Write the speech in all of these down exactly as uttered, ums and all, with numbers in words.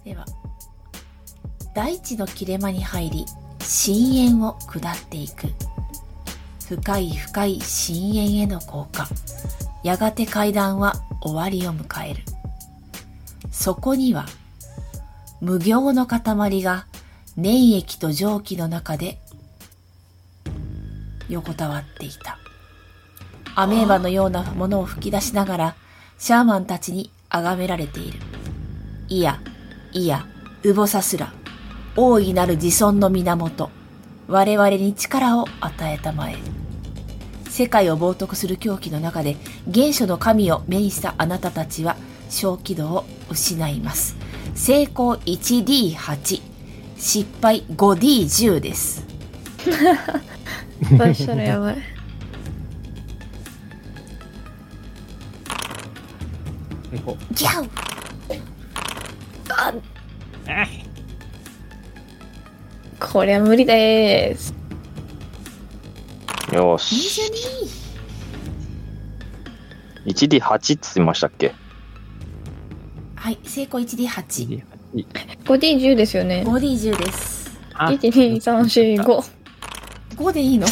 では、大地の切れ間に入り、深淵を下っていく。深い深い深淵への降下。やがて階段は終わりを迎える。そこには、無形の塊が粘液と蒸気の中で横たわっていた。アメーバのようなものを吹き出しながら、シャーマンたちに崇められている。いや、いや、ウボサスラ、大いなる自尊の源、我々に力を与えたまえ。世界を冒涜する狂気の中で、原初の神を目にしたあなたたちは、小気道を失います。成功 いちディーはち、失敗 ごディーじゅう です。 失敗したらやばい。 ギャウあこりゃ無理でーす。 よし。 にじゅうに。 いちディーはち って言いましたっけ？ はい、成功 いちディーはち。 ごディーじゅう ですよね。 ごディーじゅう です。 いち、に、さん、よん、ご。 ごでいいの？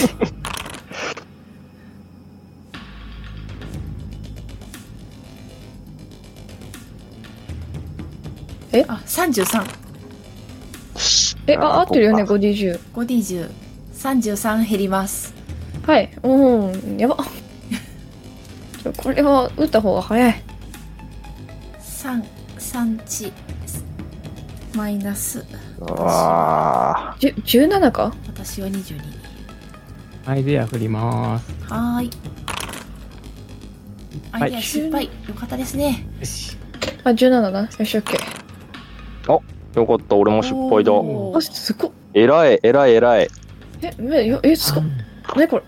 えあ、さんじゅうさん。 え、あ、合ってるよね、ごディーじゅう。 ごディーじゅう。さんじゅうさん減ります。 はい。おー、やば。これは打った方が早い。 さん、さん値マイナス。 あじゅじゅうななか？ 私はにじゅうに。 アイデア振りまーす。 はーい。アイデア失敗。よかったですね。 よし。 あ、じゅうななだ。よし、オッケー。 よかった、俺も失敗だ。 おーあ、すごっ。 えらい、えらい、えらい。 え、え、よえ、すごっ。なにこれ。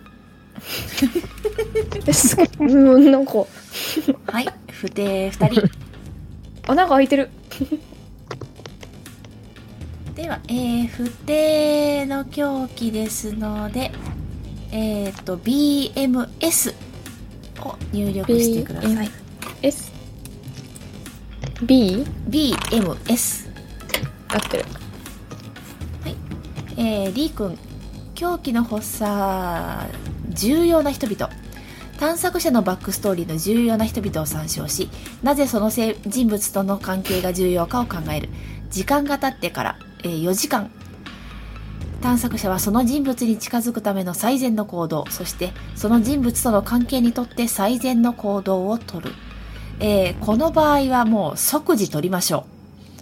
え、すごっ。うん、なんか。 はい、不定ふたり。 穴が開いてる。 では、えー、不定の狂気ですので、えっ、ー、と、ビーエムエス を入力してください。 S。B？ ビーエムエス。 合ってる。 はい。えー、リー君、狂気の発作、重要な人々。探索者のバックストーリーの重要な人々を参照し、なぜその人物との関係が重要かを考える。時間が経ってから、えー、よじかん。探索者はその人物に近づくための最善の行動、そしてその人物との関係にとって最善の行動をとる。えー、この場合はもう即時取りましょう。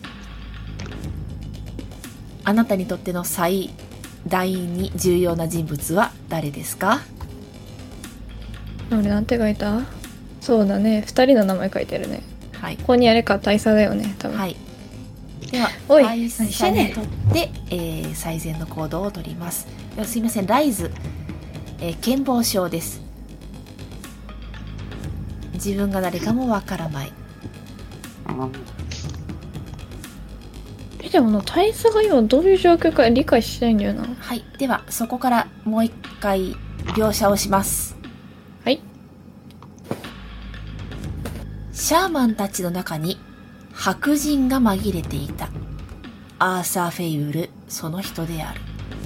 あなたにとっての最大に重要な人物は誰ですか？ あれ、なんて書いた？そうだね、ふたりの名前書いてるね。 はい。 ここにあれか、大佐だよね、多分。 はい。では、 おい大佐にとって、えー、最善の行動を取ります。ではすいません、ライズ、えー、健忘症です。自分が誰かもわからない。 え、でもな、大佐が今どういう状況か理解してないんだよな。 はい。では、そこからもう一回描写をします。 はい。 シャーマンたちの中に白人が紛れていた。アーサー・フェイウル、その人である。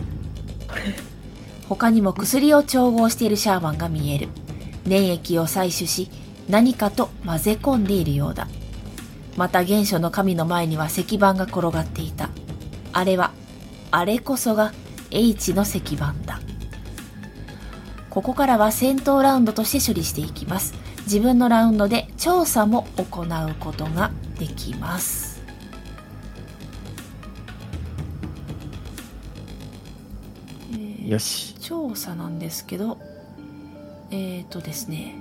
他にも薬を調合しているシャーマンが見える。粘液を採取し、何かと混ぜ込んでいるようだ。また原初の神の前には石板が転がっていた。あれは、あれこそが H の石板だ。ここからは戦闘ラウンドとして処理していきます。自分のラウンドで調査も行うことができます。えー、 よし。 調査なんですけど、えーとですね、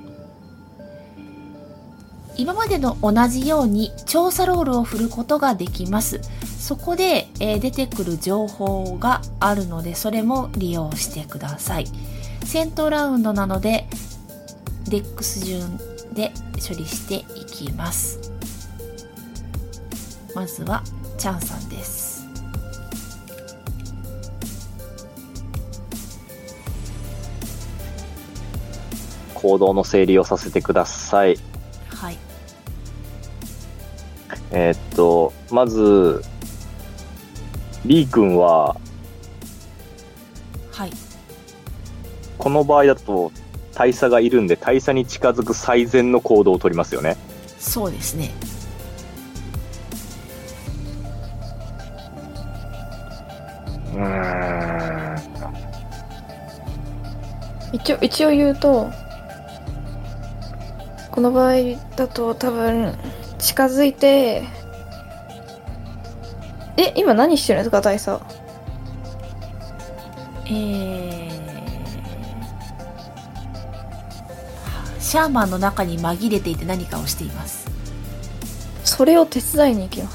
今までの同じように調査ロールを振ることができます。そこで、えー、出てくる情報があるので、それも利用してください。戦闘ラウンドなので、デックス順で処理していきます。まずは、チャンさんです。 行動の整理をさせてください。 はい。 えーっと、 まず、リー君は、 はい。 この場合だと大佐がいるんで、大佐に近づく最善の行動を取りますよね。 そうですね。 うーん。 一応一応言うと、この場合だと多分近づいて、え今何してるんですか大佐？ えー、シャーマンの中に紛れていて何かをしています。 それを手伝いに行きます。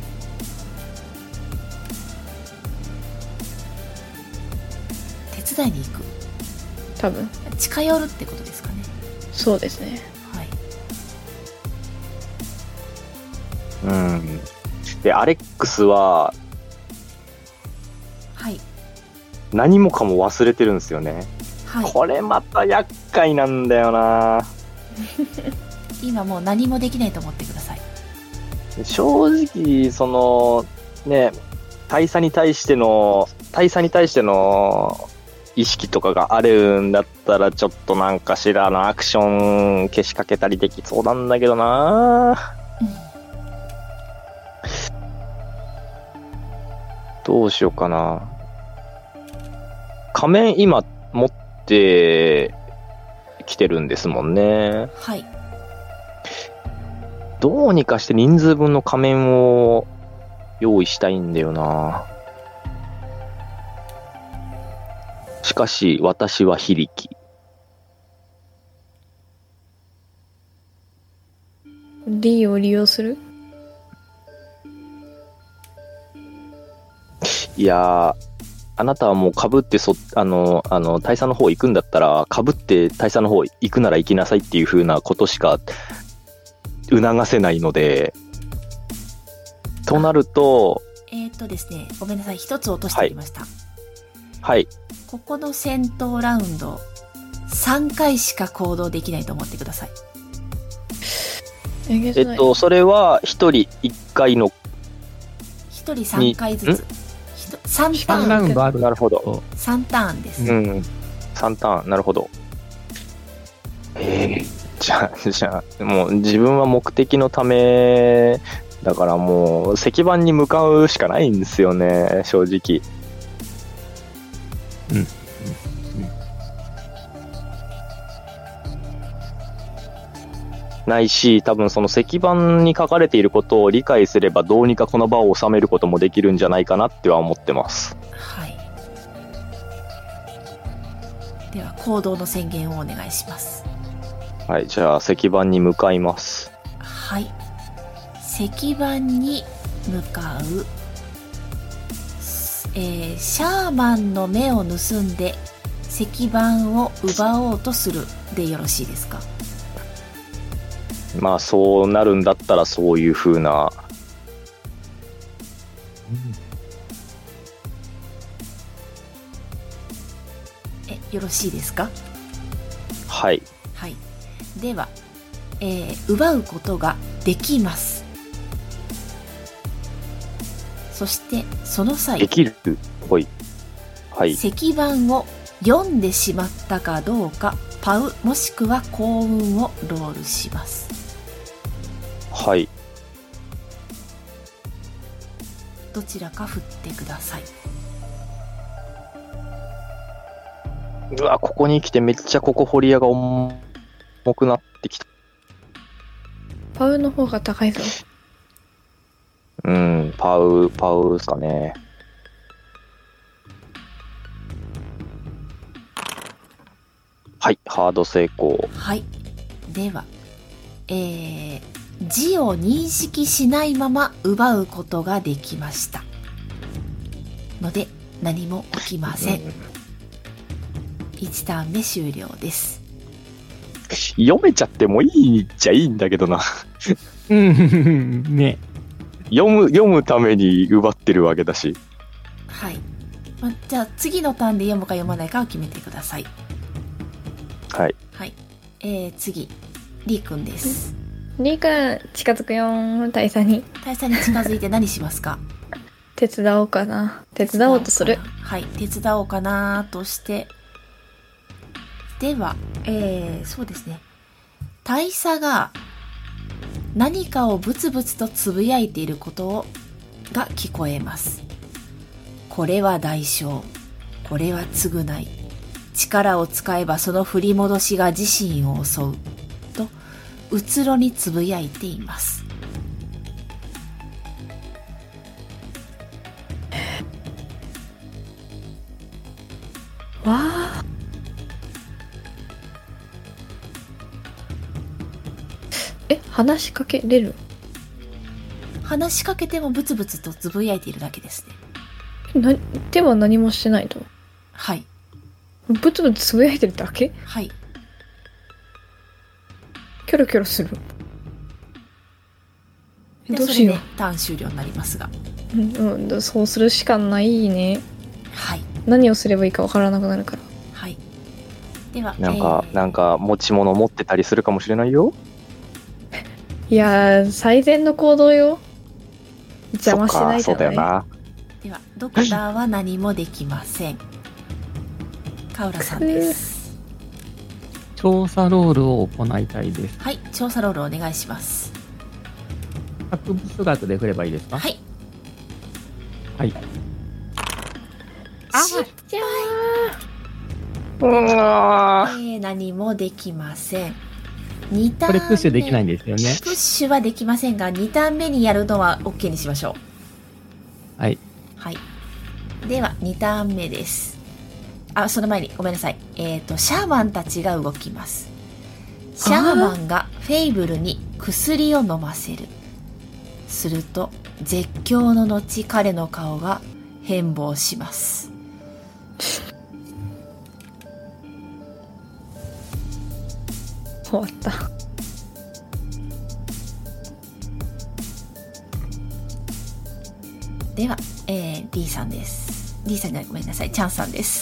手伝いに行く。 多分近寄るってことですかね。 そうですね。 はい。 うん。で、アレックスは、 はい。 何もかも忘れてるんですよね。 はい。 これまた厄介なんだよな。 今もう何もできないと思ってください。 正直、その、ね、大佐に対しての、大佐に対しての意識とかがあるんだったら、ちょっとなんかしらのアクションけしかけたりできそうなんだけどな。どうしようかな。仮面今持ってきてるんですもんね。 はい。 どうにかして人数分の仮面を用意したいんだよな。しかし私は非力。 D を利用する？ いやー、あなたはもう被ってそあのあの大佐の方行くんだったら、被って大佐の方行くなら行きなさいっていう風なことしか促せないので、となると、 えーっとですね、ごめんなさい、一つ落としておりました。 はい、 ここの戦闘ラウンド、さんかいしか行動できないと思ってください。 えげつない。 えっとそれは一人一回の、 ひとりさんかいずつ。さんタさんラーン。 ウンドある。 なるほど。 さんターンです。 うん、さんターン、なるほど。えー、じゃあ、じゃあ、もう自分は目的のためだから、もう石板に向かうしかないんですよね、正直。 うん。うん。 ないし、多分その石板に書かれていることを理解すれば、どうにかこの場を収めることもできるんじゃないかなっては思ってます。 はい。では行動の宣言をお願いします。 はい、じゃあ石板に向かいます。 はい。石板に向かう、えー、シャーマンの目を盗んで石板を奪おうとするでよろしいですか？ まあそうなるんだったらそういう風な。 え、よろしいですか？ はい。 はい。では、えー、奪うことができます。そしてその際、 できる。ほい。はい。 石板を読んでしまったかどうか、パウもしくは幸運をロールします。 はい。 どちらか振ってください。 うわ、ここに来てめっちゃここ掘り屋が重くなってきた。 パウの方が高いぞ。 うん、パウ、パウですかね。はい、ハード成功。 はい。では、えー、字を認識しないまま奪うことができましたので、何も起きません。いちターン目終了です。 読めちゃってもいいっちゃいいんだけどな。 うん。ね。 読む、読むために奪ってるわけだし。 はい。ま、じゃあ次のターンで読むか読まないかを決めてください。 はい。 はい。えー、次、りーくんです。 リー君近づくよーん、大佐に。 大佐に近づいて何しますか？ 手伝おうかな。手伝おうとする。 はい、手伝おうかなとして。では、えー、そうですね。大佐が何かをブツブツとつぶやいていることをが聞こえます。これは代償。これは償い。力を使えばその振り戻しが自身を襲う。と、うつろにつぶやいています。 わあ。え、話しかけれる？ 話しかけてもブツブツとつぶやいているだけですね。 な、手は何もしてないと？ はい。 ブツブツつぶやいてるだけ？ はい。 キョロキョロする。 でどうしよう。 それでターン終了になりますが。 うん、うん、そうするしかないね。 はい。 何をすればいいかわからなくなるから。 はい。では、 なんか、 えー、 なんか持ち物持ってたりするかもしれないよ。 いやー、最善の行動よ。邪魔しないじそっか、そうゃない。 だよな。 では、ドクターは何もできません。カウラさんです。 調査ロールを行いたいです。 はい、調査ロールお願いします。 博物学で振ればいいですか？ はい。 はい。 あ失じゃうわえー、何もできません。にターン目。 これプッシュできないんですよね。 プッシュはできませんが、にターン目にやるのは OK にしましょう。 はい。 はい。では、にターン目です。あ、その前にごめんなさい。えっと、シャーマンたちが動きます。シャーマンがフェイブルに薬を飲ませる。すると、絶叫の後、彼の顔が変貌します。 終わった。 では、えー、D さんです。D さんじゃない、ごめんなさい。チャンさんです。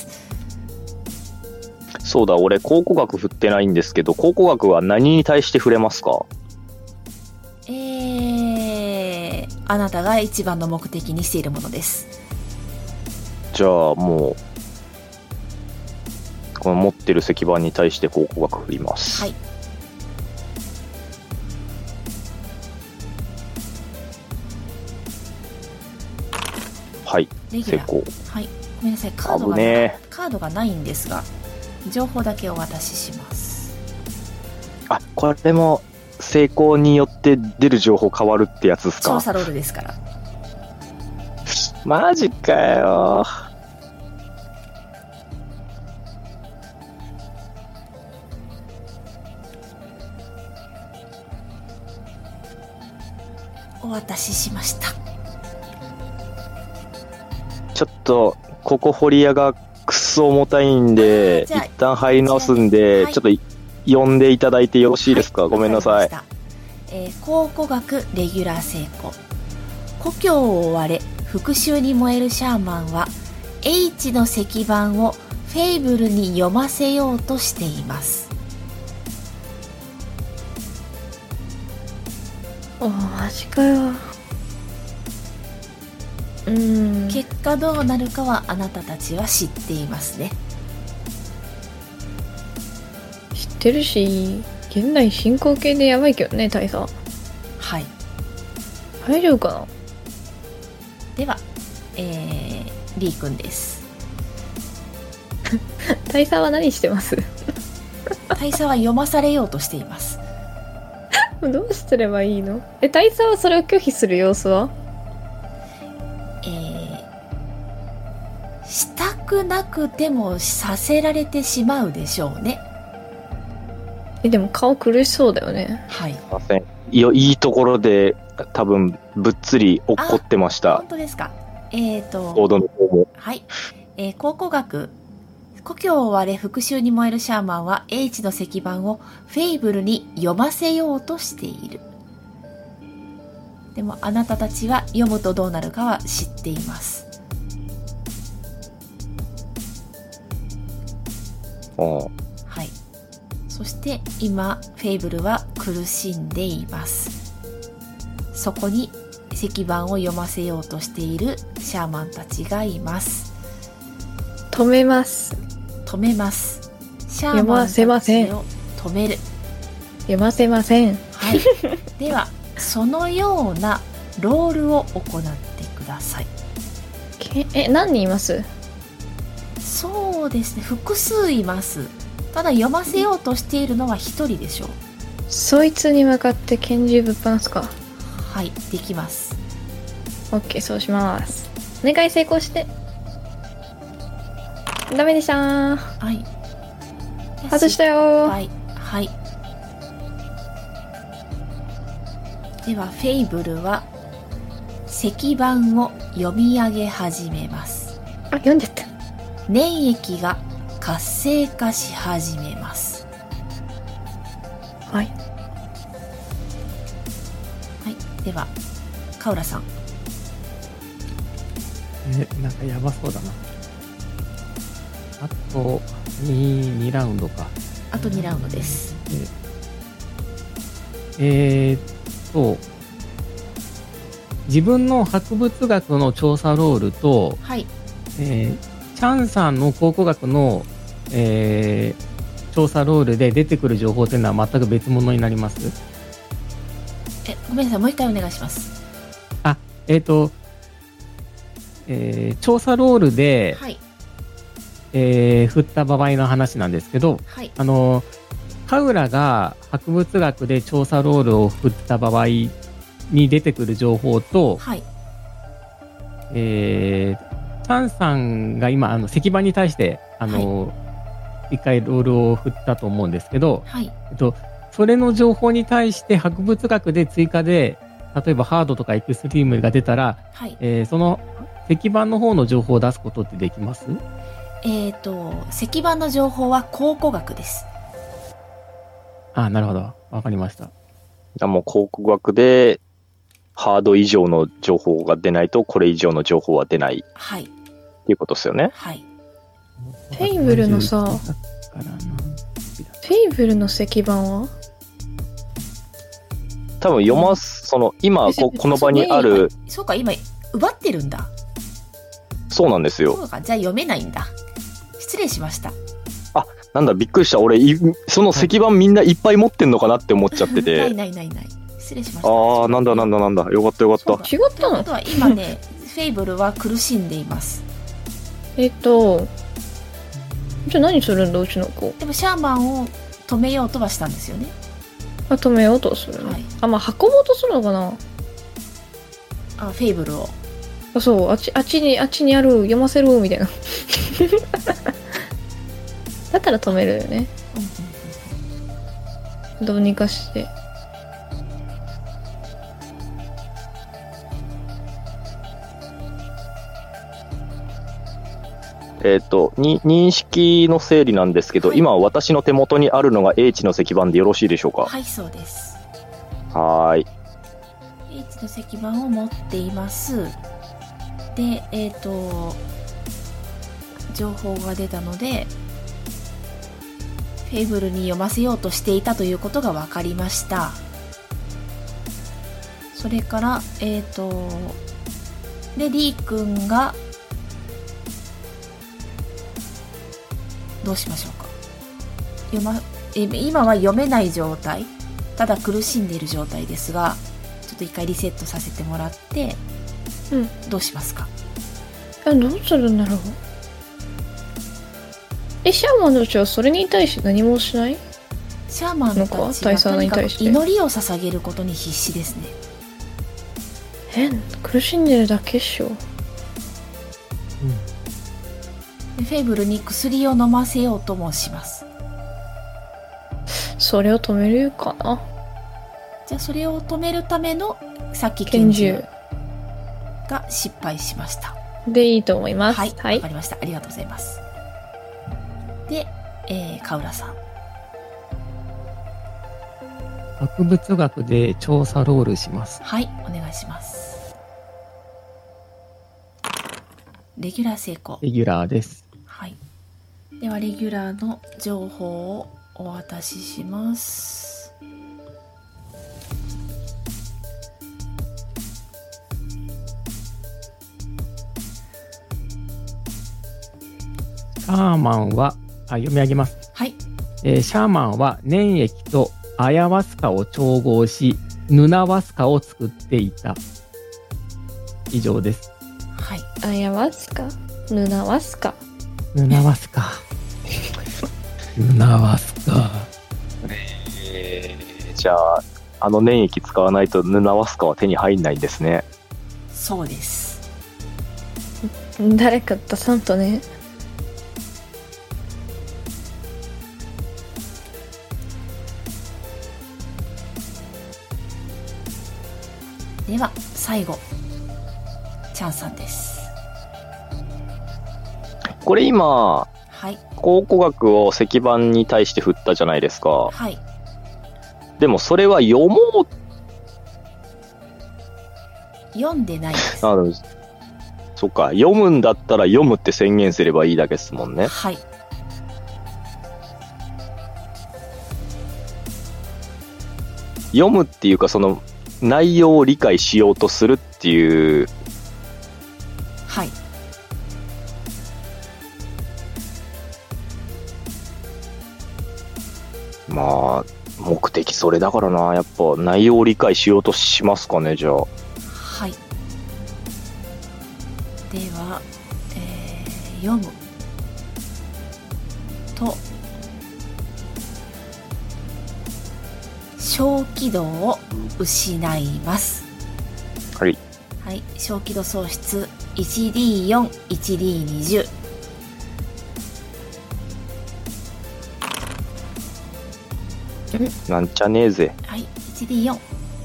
そうだ、俺、考古学振ってないんですけど、考古学は何に対して触れますか？ えー、あなたが一番の目的にしているものです。 じゃあ、もう、この持ってる石板に対して考古学振ります。 はい。 はい、 レギュラー。 成功。 はい。ごめんなさい。カードが危ねえ。 カードがないんですが、情報だけお渡しします。 あ、これも成功によって出る情報変わるってやつですか？ 調査ロールですから。 マジかよ。 お渡ししました。 ちょっとここ堀屋がくっそ重たいんでじゃあ一旦入り直すんで、 はい、 ちょっと呼んでいただいてよろしいですか？はい、ごめんなさい。 えー、考古学レギュラー成功。故郷を追われ復讐に燃えるシャーマンは H の石板をフェイブルに読ませようとしています。 あ、マジかよ。うーん。 結果どうなるかはあなたたちは知っていますね。 知ってるし、現代進行形でやばいけどね、大佐。 はい。 大丈夫かな。 では、えー、リー君です。 大佐は何してます？ 大佐は読まされようとしています。 どうすればいいの？え、大佐はそれを拒否する様子は？ えー、したくなくてもさせられてしまうでしょうね。 え、でも顔苦しそうだよね。 はい。 すいません。いや、いいところで多分ぶっつり落っこってました。 本当ですか。えーと、 コードの方も。 はい。えー、考古学、故郷を追われ復讐に燃えるシャーマンは H の石板をフェイブルに読ませようとしている。でもあなたたちは読むとどうなるかは知っています。 ああ、 はい。 そして今フェイブルは苦しんでいます。そこに石板を読ませようとしているシャーマンたちがいます。 止めます。 止めます。シャーマンたちを止める。 読ませません。 はい。ではそのようなロールを行ってください。 けえ、何人います？ そうですね、複数います。ただ読ませようとしているのは一人でしょう。 そいつに向かって拳銃ぶっ放すか。 はい、できます。 OK、 そうします。お願い、成功して。ダメでしたー。 はい、 外したよー。 はい、はい。ではフェイブルは石板を読み上げ始めます。 あ、読んじゃった。 粘液が活性化し始めます。 はい。 はい、ではカウラさん。 え、なんかやばそうだな。あと 2, 2ラウンドか。 あとにラウンドです。 えー、っと自分の博物学の調査ロールと、 はい、 えーチャンさんの考古学の、えー、調査ロールで出てくる情報というのは全く別物になります？ え、ごめんなさい、もう一回お願いします。 あ、えっ、ー、と、えー、調査ロールで、 はい、 えー、振った場合の話なんですけど、 はい、 あのカウラが博物学で調査ロールを振った場合に出てくる情報と、 はい、 えーチャンさんが今あの石板に対してあの、はい、一回ロールを振ったと思うんですけど、 はい、 えっと、それの情報に対して博物学で追加で例えばハードとかエクストリームが出たら、はい、えー、その石板の方の情報を出すことってできます？ えっと石板の情報は考古学です。 あ、なるほど、わかりました。 じゃもう考古学でハード以上の情報が出ないとこれ以上の情報は出ない。 はい。 っていうことですよね。 はい。 フェイブルのさ、フェイブルの石板は多分読ます、その今ここの場にある。 そうか、今奪ってるんだ。 そうなんですよ。 そうか、じゃあ読めないんだ。失礼しました。 あ、なんだ、びっくりした。俺その石板みんないっぱい持ってんのかなって思っちゃってて。 ないないないない。失礼しました。 ああ、なんだなんだなんだ、よかったよかった。 違ったの？ ということは今ねフェイブルは苦しんでいます。 えっとじゃあ何するんだうちの子。 でもシャーマンを止めようとはしたんですよね。 あ、止めようとするの、はい、あ、まあ運ぼうとするのかな。 あ、フェイブルを。 あ、そう、あっちあっちにあっちにある、読ませるみたいなだったら止めるよね、うん、どうにかして。 えっと、に、認識の整理なんですけど、はい、今私の手元にあるのが H の石板でよろしいでしょうか？ はい、そうです。 はーい。 H の石板を持っています。で、えっと、情報が出たので、フェイブルに読ませようとしていたということが分かりました。それから、えっと、で、リー君が、どうしましょうか。読まえ今は読めない状態、ただ苦しんでいる状態ですが、ちょっと一回リセットさせてもらって、うん、どうしますか？ え、どうするんだろう。え、シャーマンたちはそれに対して何もしない？ シャーマンたちはとにかく祈りを捧げることに必死ですね。 え、苦しんでるだけっしょ。うんフェイブルに薬を飲ませようともします。 それを止めるかな。 じゃあそれを止めるためのさっき拳銃が失敗しました。 でいいと思います。 はい、わ、 はい、 かりました。ありがとうございます。で、えー、カウラさん。 博物学で調査ロールします。 はい、お願いします。レギュラー成功。 レギュラーです。 はい。ではレギュラーの情報をお渡しします。 シャーマンは、あ、読み上げます。 はい。 えー、シャーマンは粘液とアヤワスカを調合し、ヌナワスカを作っていた。以上です。 はい。 アヤワスカ、ヌナワスカ。 ヌナワスカ。ヌナワスカ。 えー、じゃあ、あの粘液使わないとヌナワスカは手に入んないんですね。 そうです。 誰か出さんとね。 では最後チャンさんです。 これ今、 はい、 考古学を石板に対して振ったじゃないですか。 はい。 でもそれは読もう読んでないです。 あのそっか、読むんだったら読むって宣言すればいいだけですもんね。 はい。 読むっていうか、その内容を理解しようとするっていう。 はい。 まあ目的それだからな。やっぱ内容を理解しようとしますかね、じゃあ。 はい。では、えー、読むと小気道を失います。 はい。 はい、小気道喪失 いちディーよん、いちディーにじゅう。 なんちゃねえぜ。 はい、いちディーよん。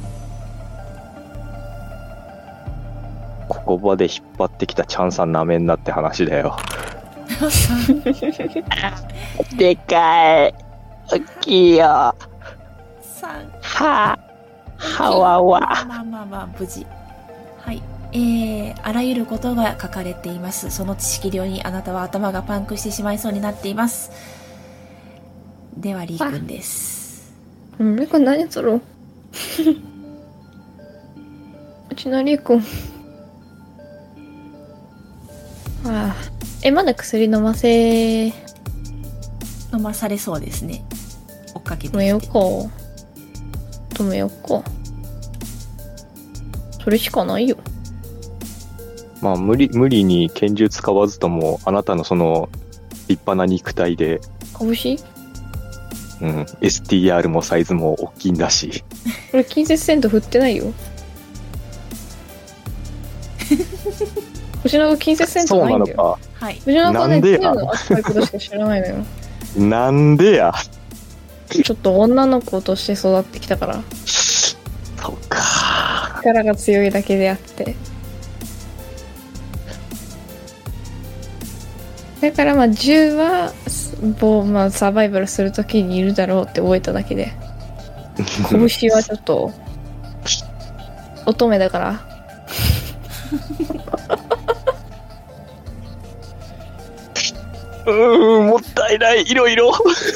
ここまで引っ張ってきたチャンさんなめんなって話だよ。でかい。大きいよ。 さん。 ははわわ。 まあまあまあ無事。はい。えー、あらゆることが書かれています。その知識量にあなたは頭がパンクしてしまいそうになっています。ではリー君です。 うん、リー君何する？うちのリー君。ああ、え、まだ薬飲ませ飲まされそうですね。追っかけてきて。 止めようか。止めようか。それしかないよ。 まあ無理無理に拳銃使わずとも、あなたのその立派な肉体で、 拳？ うん、エスティーアール もサイズも大きいんだし。 これ近接戦闘振ってないよ。星の子近接戦闘ないんだよ。 そうなのか。 はい。 星の子ね、銃の扱いことしか知らないのよ。 なんでや。 ちょっと女の子として育ってきたから。 そうか。 力が強いだけであって。だからまあ銃は、まあ、サバイバルするときにいるだろうって覚えただけで。拳はちょっと乙女だから。 うーん、もったいない、いろいろ。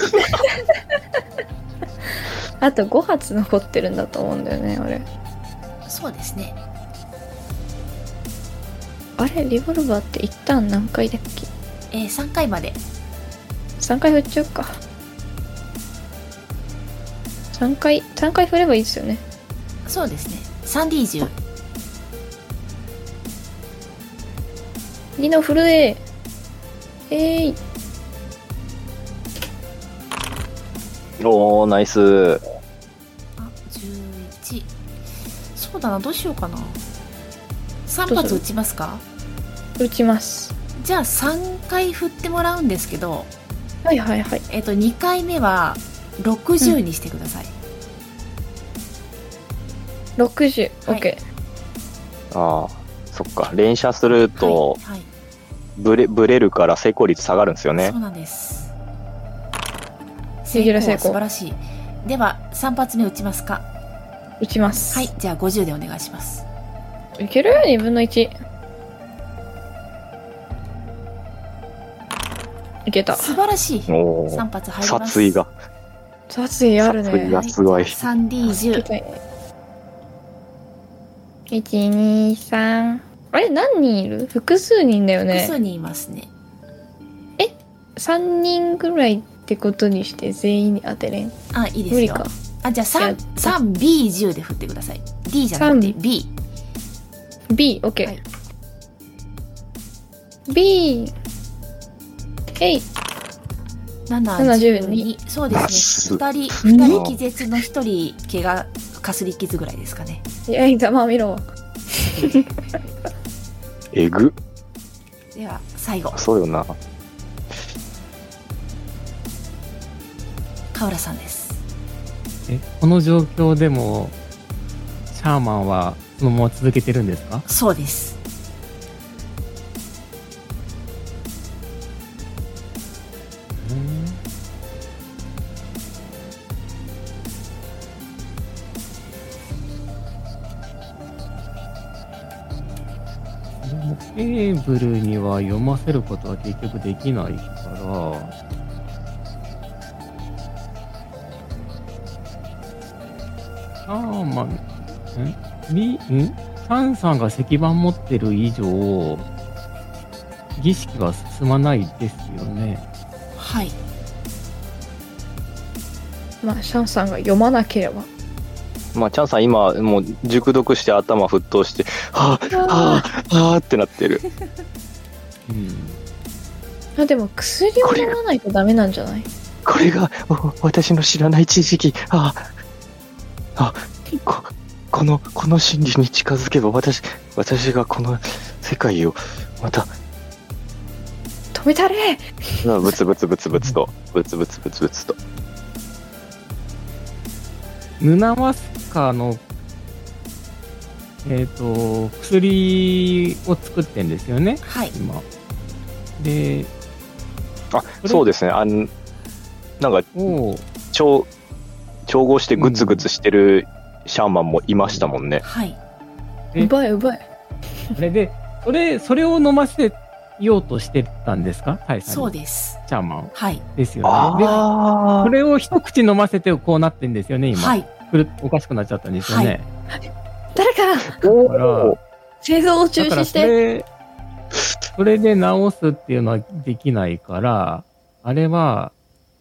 あとご発残ってるんだと思うんだよね、俺。 そうですね。 あれ、リボルバーって一旦何回だっけ？ えー、さんかいまで。 さんかい振っちゃうか。さんかい、さんかい振ればいいですよね。 そうですね。さんディーじゅう。 リノ振るえ。えい。 おー、ナイス。 あ、じゅういち。そうだな、どうしようかな。さん発撃ちますか？ 撃ちます。 じゃあさんかい振ってもらうんですけど、 はいはいはい。 えっとにかいめはろくじゅうにしてください。 うん、ろくじゅう、 はい、 OK。 ああ、そっか。連射すると、 はいはい、 ブレ、ブレるから成功率下がるんですよね。 そうなんです。 レギュラー成功。 素晴らしい。ではさん発目撃ちますか？ 撃ちます。 はい、じゃあごじゅうでお願いします。 いけるよ、にぶんのいち。いけた。 素晴らしい。 おさん発入ります。 殺意が。 殺意あるね。 殺意がすごい。 さんディーじゅう。 いち、に、さん。あれ何人いる？複数人だよね。 複数人いますね。 え ?さん 人ぐらいってことにして全員に当てれん？ あ、いいですよ。 無理か。 あ、じゃあさん、さんビーじゅう で振ってください。D じゃなくて B。 B、OK。はい、B、えい。 ななじゅうに。そうですね。ふたり、ふたり気絶のひとり怪我、かすり傷ぐらいですかね。 いや、ざまあ見ろ。 えぐ。 では、最後。 そうよな。 河原さんです。 え、この状況でも、シャーマンはそのまま続けてるんですか？ そうです。 ケーブルには読ませることは結局できないから、あーまあ、んみ、んタンさんが石板持ってる以上、儀式は進まないですよね。 はい。 まあ、シャンさんが読まなければ。 まあ、チャンさん今、もう熟読して頭沸騰して、はぁ、はぁ、はぁってなってる。 うん。 あ、でも薬を飲まないとダメなんじゃない？ これが、私の知らない知識。ああ、こ、この、この真理に近づけば、私、私がこの世界を、また、 止めたれ！ ブツブツブツブツと、ブツブツブツブツと。 ヌナマスカの、えっと、薬を作ってんですよね。 はい。 今。で、 あ、そうですね。あの、なんか、調、調合してグツグツしてるシャーマンもいましたもんね。 はい。 奪え奪え。 あれで、それ、それを飲ませようとしてたんですか？大佐に。そうです。 シャーマン。 はい。 ですよね。で、それを一口飲ませてこうなってんですよね、今。はい。おかしくなっちゃったんですよね。 はい、誰かおー製造を中止して。 それで直すっていうのはできないから、あれは、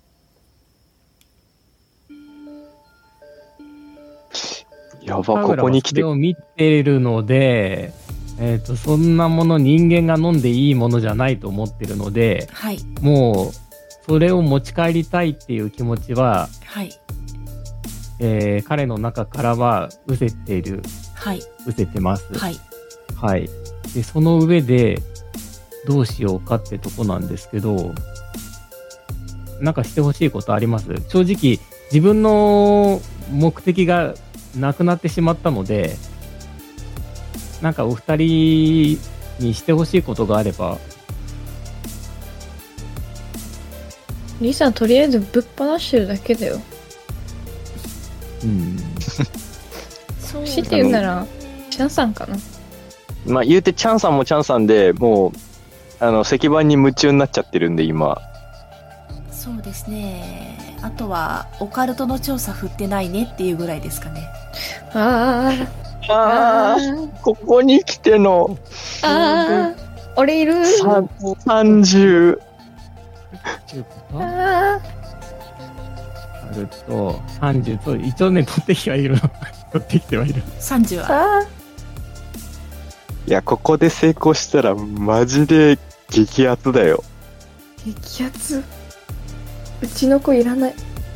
やば、ここに来て。 それを見てるので、えっと、そんなもの人間が飲んでいいものじゃないと思ってるので、 はい、 もう、それを持ち帰りたいっていう気持ちは、 はい、 えー、彼の中からは失せている。 はい。 失せてます。 はい。 はい。で、その上で、どうしようかってとこなんですけど、なんかしてほしいことあります？正直、自分の目的がなくなってしまったので、なんかお二人にしてほしいことがあれば。 リさん、とりあえずぶっ放してるだけだよ。 うん。 そう。強いて言うなら、チャンさんかな。 まあ言うてチャンさんもチャンさんで、もう、あの、石板に夢中になっちゃってるんで、今。 そうですね。あとは、オカルトの調査振ってないねっていうぐらいですかね。 ああ。ああ。ここに来ての。 ああ。俺いる。 さんじゅう。 ああ。 あると、さんじゅうと、一応ね、取ってきてはいるの。取ってきてはいる。 さんじゅうは。 いや、ここで成功したら、マジで激アツだよ。 激アツ？うちの子いらない。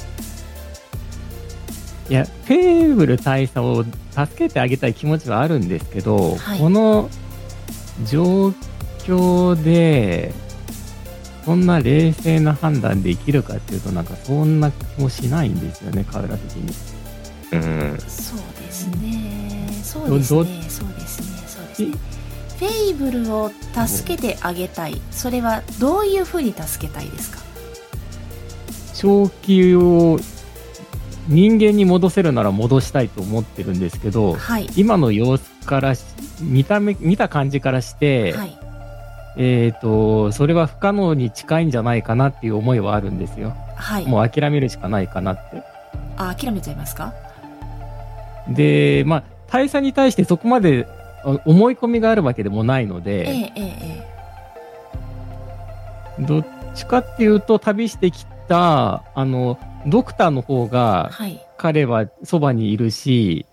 いや、フェーブル大佐を助けてあげたい気持ちはあるんですけど、はい、この状況で、そんな冷静な判断できるかっていうと、なんかそんな気もしないんですよね、彼ら的に。 うん。 そうですね。そうですね。そうですね。そうですね。フェイブルを助けてあげたい。それはどういうふうに助けたいですか？ 正気を人間に戻せるなら戻したいと思ってるんですけど、はい、今の様子から見た目見た感じからして、はい、 えっと、それは不可能に近いんじゃないかなっていう思いはあるんですよ。 はい。 もう諦めるしかないかなって。 あ、諦めちゃいますか？ で、まあ、大佐に対してそこまで思い込みがあるわけでもないので、 えええええ。どっちかっていうと、旅してきた、あの、ドクターの方が、 はい。 彼はそばにいるし、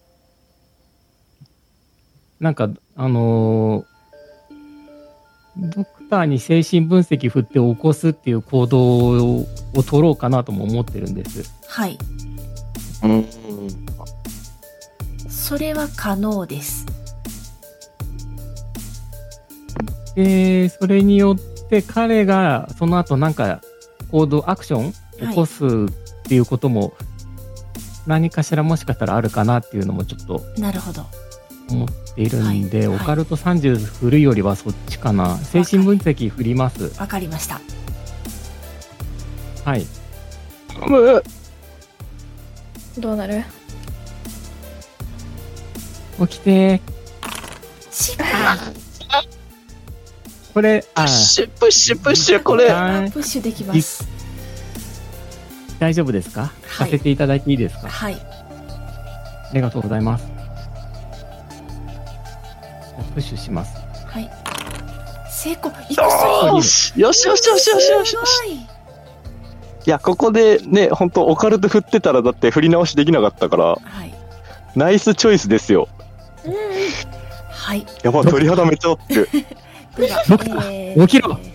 なんか、あのードクターに精神分析振って起こすっていう行動を取ろうかなとも思ってるんです。 はい。 うん。 それは可能です。 で、それによって彼がその後なんか行動、アクション起こすっていうことも何かしらもしかしたらあるかなっていうのもちょっとなるほど。 思っているんで、 はいオカルトさんじゅう振るよりはそっちかな。精神分析振ります。 わかりました。 はい。 むどうなる？ 起きて失敗。 これ、 プッシュ、プッシュ、プッシュ、これ。 あプッシュできます。 大丈夫ですか？させていただいていいですか？ はい。 ありがとうございます。プッシュします。 はい。成功。イクストリーム。 よしよしよしよしよしよしよし。 すごい。 いや、ここでね、本当オカルト振ってたらだって振り直しできなかったから、 はい。 ナイスチョイスですよ。 うん。はい。 やば、鳥肌めっちゃ立ってる。 では、 ドクターえー起きろ。 はい。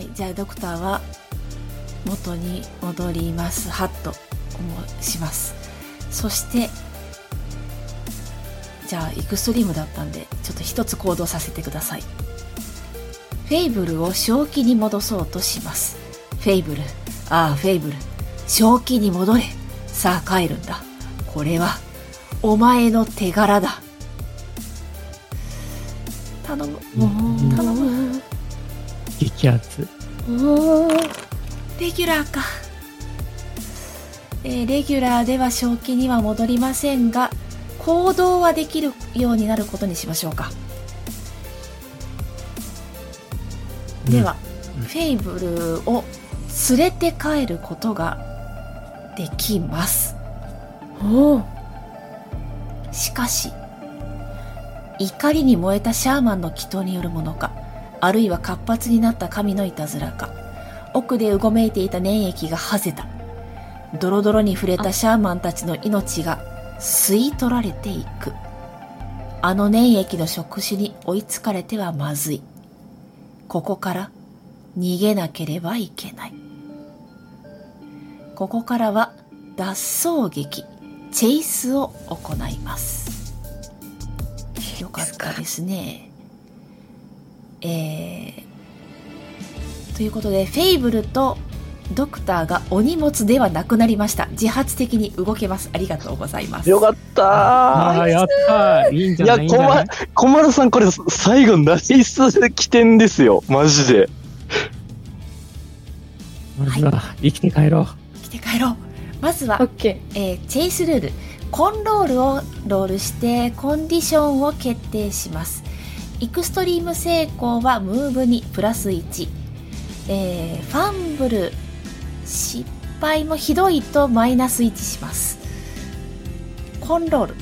じゃあドクターは元に戻ります。はっとします。そしてじゃあエクストリームだったんでちょっと一つ行動させてください。フェイブルを正気に戻そうとします。フェイブル、ああフェイブル、正気に戻れ。さあ帰るんだ。これはお前の手柄だ。頼む、もう頼む。 激アツ。 おー、レギュラーか。えー、レギュラーでは正気には戻りませんが行動はできるようになることにしましょうか。では、 うん、 フェイブルを連れて帰ることができます。おお。しかし怒りに燃えたシャーマンの祈祷によるものか、あるいは活発になった神のいたずらか、奥でうごめいていた粘液がはぜた。ドロドロに触れたシャーマンたちの命が吸い取られていく。あの粘液の触手に追いつかれてはまずい。ここから逃げなければいけない。ここからは脱走劇、チェイスを行います。よかったですね。えー、ということでフェイブルとドクターがお荷物ではなくなりました。自発的に動けます。ありがとうございます。 よかったー。 ああ、やったー。いいんじゃない？いいや、小丸さん、これ最後ナイス起点ですよ。マジで。 まずは生きて帰ろう。 生きて帰ろう。まずは、 OK。 えー、チェイスルール。コンロールをロールしてコンディションを決定します。エクストリーム成功はムーブにプラスいち、えー、ファンブル失敗もひどいとマイナスいちします。コンロール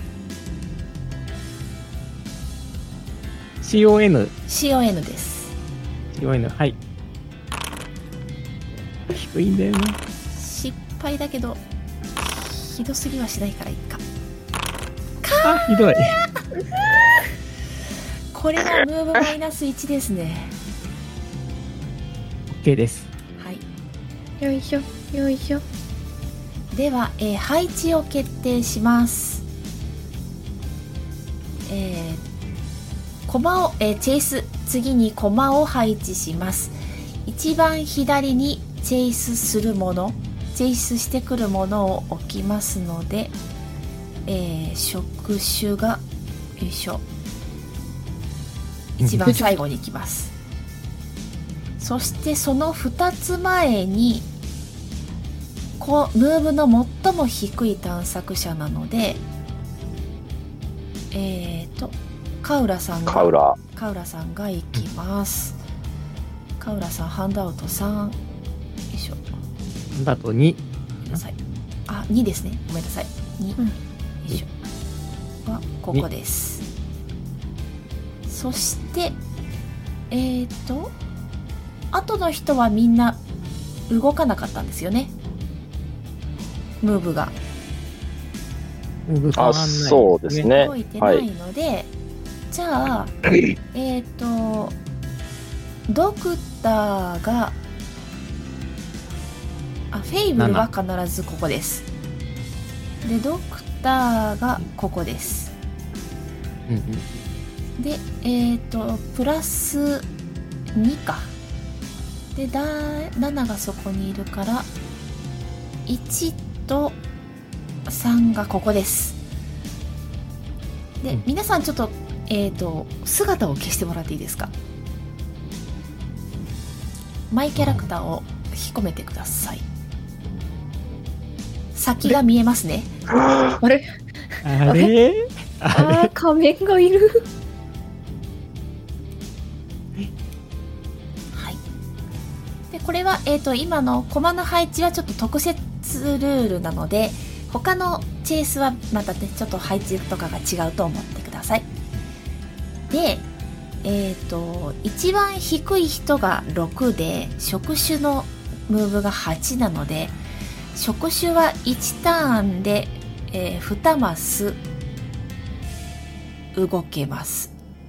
シーオーエヌシーオーエヌ です。 シーオーエヌ はい。低いんだよね。 失敗だけどひどすぎはしないからいいか。 あ、ひどい。 これはムーブマイナスいちですね。 OK です。 はい。 よいしょよいしょ。 では、えー、配置を決定します。えー、コマを、えー、チェイス、次にコマを配置します。一番左にチェイスするもの、チェイスしてくるものを置きますので、えー、触手がよいしょ、一番最後に行きます。そしてそのふたつまえにこうムーブの最も低い探索者なので、えーとカウラさんがカウラカウラさんが行きます。カウラさんハンドアウトさん。よいしょ。 だとに。 ごめんなさい。あ、にですね。ごめんなさい。に。 うんよいしょ。はここです。そしてえーと後の人はみんな動かなかったんですよね。ムーブがあ、そうですね。 動いてないので、はい、じゃあえっとドクターがあフェイブルは必ずここです。でドクターがここです。 うんうん、 でえっとプラスにかでだなながそこにいるからいちとさんがここです。で、うん、皆さんちょっとえっと姿を消してもらっていいですか。マイキャラクターを引き込めてください。先が見えますね。 あれあれあー仮面がいる。 はい。でこれは、えーと、今のコマの配置はちょっと特設ルールなので他のチェイスはまたねちょっと配置とかが違うと思ってください。でえーと一番低い人がろくで触手のムーブがはちなので触手はいちターンで、えー、にマス動けます。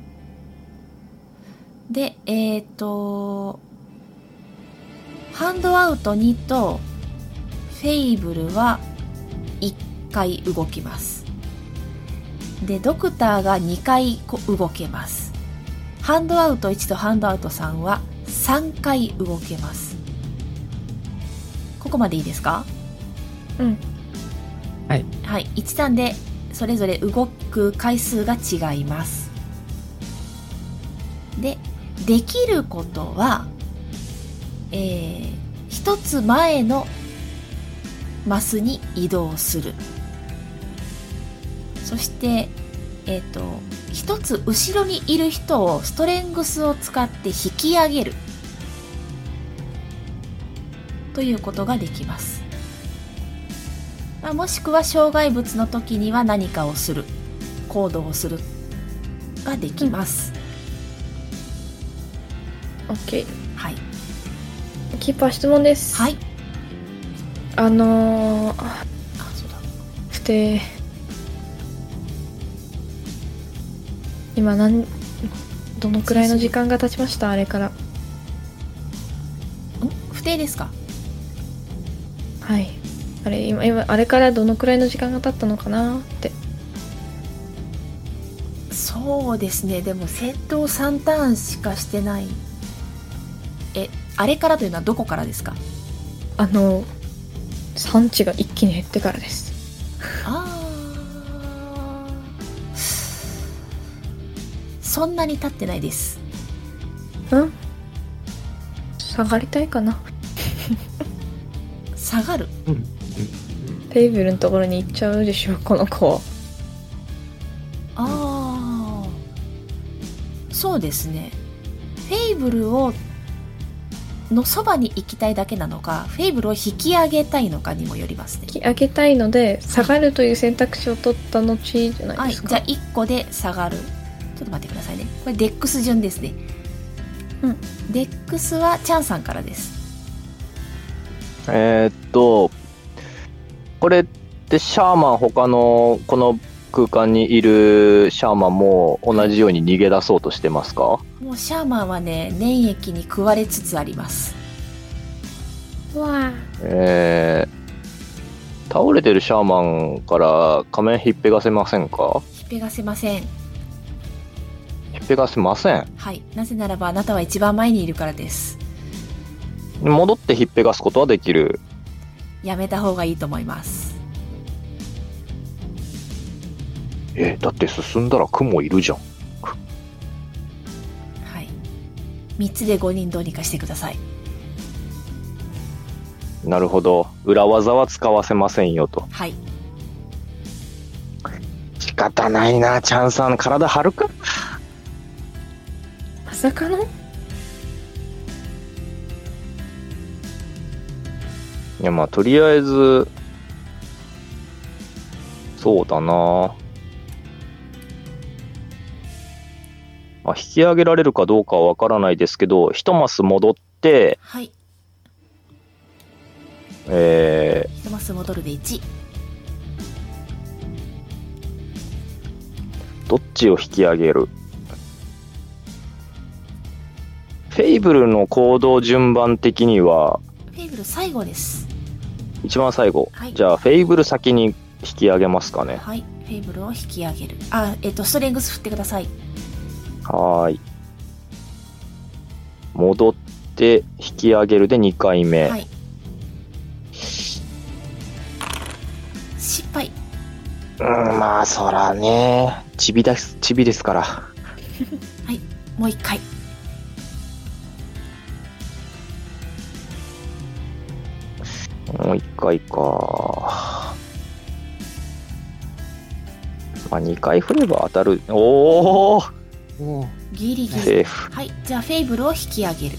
でえっとハンドアウトにとフェイブルはいっかい動きます。でドクターがにかい動けます。ハンドアウトいちとハンドアウトさんはさんかい動けます。ここまでいいですか？ うん。 はい。 はい、いちターンでそれぞれ動く回数が違います。で、できることは、えー、一つ前のマスに移動する。そして、えっと、一つ後ろにいる人をストレングスを使って引き上げるということができます。まあ、もしくは障害物の時には何かをする、行動をするができます。 うん、OK。 はい。 キーパー質問です。 はい。 あのー、 あ、そうだ。 不定。今何どのくらいの時間が経ちました？あれから。ん？ 不定ですか？ はい。あれ今今あれからどのくらいの時間が経ったのかなって。 そうですね。でも戦闘さんターンしかしてない。え、あれからというのはどこからですか？ あの産地が一気に減ってからです。 ああ。そんなに経ってないです。 うん？下がりたいかな。 下がる。 うん。 テーブルのところに行っちゃうでしょこの子。 ああ、そうですね。フェイブルをのそばに行きたいだけなのか、フェイブルを引き上げたいのかにもよりますね。 引き上げたいので下がるという選択肢を取った後じゃないですか。 はい、じゃあいっこで下がる。ちょっと待ってくださいね。これデックス順ですね。 うん。 デックスはチャンさんからです。 えー、っとこれってシャーマン他のこの空間にいるシャーマンも同じように逃げ出そうとしてますか？ もうシャーマンはね、粘液に食われつつあります。 わあ。 えー、倒れてるシャーマンから仮面ひっぺがせませんか？ ひっぺがせません。 ひっぺがせません。 はい。なぜならばあなたは一番前にいるからです。 戻ってひっぺがすことはできる。 やめた方がいいと思います。 えー、だって進んだら雲いるじゃん。 はい。みっつでごにんどうにかしてください。 なるほど。裏技は使わせませんよと。 はい。 仕方ないな、チャンさん。体張るか。 まさかのいや、まあ、とりあえず、そうだな。まあ、引き上げられるかどうかはわからないですけど、一マス戻って、 はい。 え一マス戻るでいち。 ー、どっちを引き上げる？フェイブルの行動順番的には、 フェイブル最後です。 一番最後。 はい、 じゃあ、フェイブル先に引き上げますかね。 はい。フェイブルを引き上げる。あ、えっと、ストレングス振ってください。 はーい。戻って引き上げるでにかいめ。 はい。失敗。 うん、まあ、そらね。チビです、チビですから。 はい。もう一回。 もう一回か。まあ、にかい振れば当たる。おーおーギリギリ。 セーフ。 はい。じゃあ、フェイブルを引き上げる。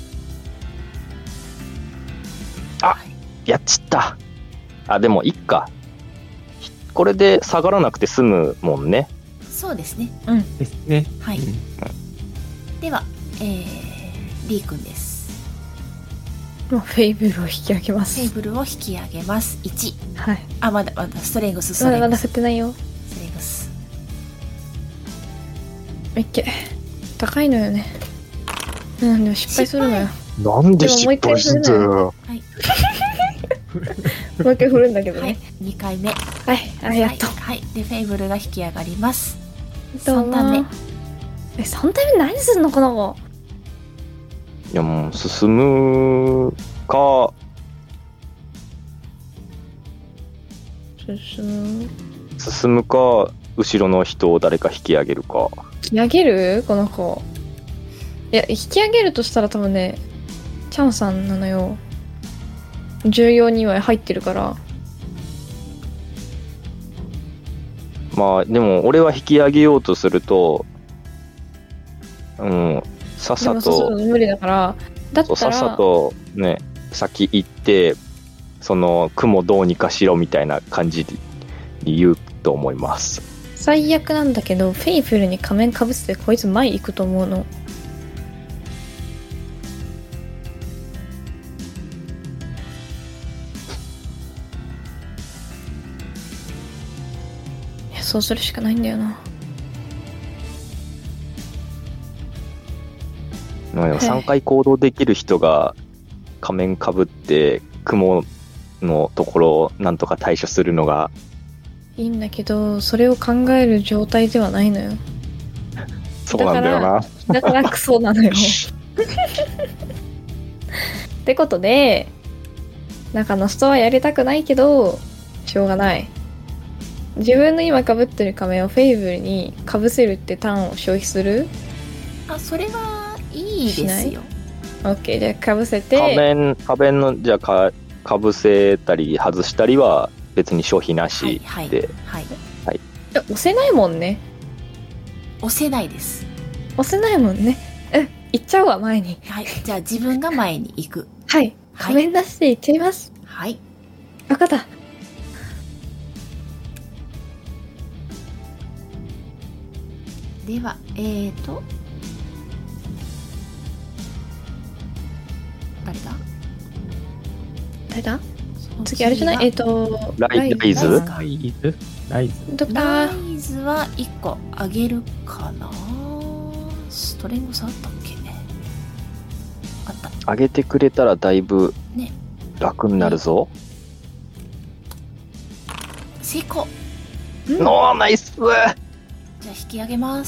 あ、 はい、 やっちった。あ、でも、いっか。これで下がらなくて済むもんね。 そうですね。 うんですね。 はい。 うんでは、えー、リー君です。 もうフェイブルを引き上げます。 フェイブルを引き上げます。いち。 はい。 あ、まだまだストレングス、ストまだまだレングス。 振ってないよ。 ストレングス。 いっけ。高いのよね。うん、でも失敗するのよ。 なんで失敗すんだよ。 はい。 もう一回振るんだけどはいね。。 にかいめ。 はい。あ、やっと。 はい。はい。で、フェイブルが引き上がります。 どうもさんターン目。 え、さんターン目何すんのこの子。 いや、もう、進むか、 進む。 進むか、後ろの人を誰か引き上げるか。 引き上げるこの子。いや、引き上げるとしたら多分ね、チャンさんなのよ。重要には入ってるから。 まあ、でも、俺は引き上げようとすると、うん、さっでさと、 もそうするの無理だから。だったら、 そうさっさとね、先行って、その、雲どうにかしろみたいな感じに言うと思います。 最悪なんだけど、フェイブルに仮面かぶせてこいつ前行くと思うの。いや、そうするしかないんだよな。 まあ、さんかい行動できる人が仮面かぶって雲のところをなんとか対処するのがいいんだけど、それを考える状態ではないのよ。 そうなんだよな。 だからクソなのよ。ってことで、中の人はやりたくないけど、しょうがない。自分の今被ってる仮面をフェイブルに被せるってターンを消費する？ あ、それはいいですよ。 オッケー、じゃあ被せて。 仮面、仮面の、じゃあか、かぶせたり外したりは別に消費なしで。 はいはいはい、はい、 押せないもんね。 押せないです。 押せないもんね。うん、行っちゃうわ、前に。 はい、じゃあ自分が前に行く。 はい、仮面出して行っちゃいます。 はい。 わかった。 では、えーと、誰だ誰だ次あれじゃないえっ、ー、とライライズライズライズドクタラー。 イズはいっこあげるかな。ストレングスあったっけね。あった。 上げてくれたらだいぶね。 楽になるぞ。 成功。 ノーナイス。 じゃあ引き上げます。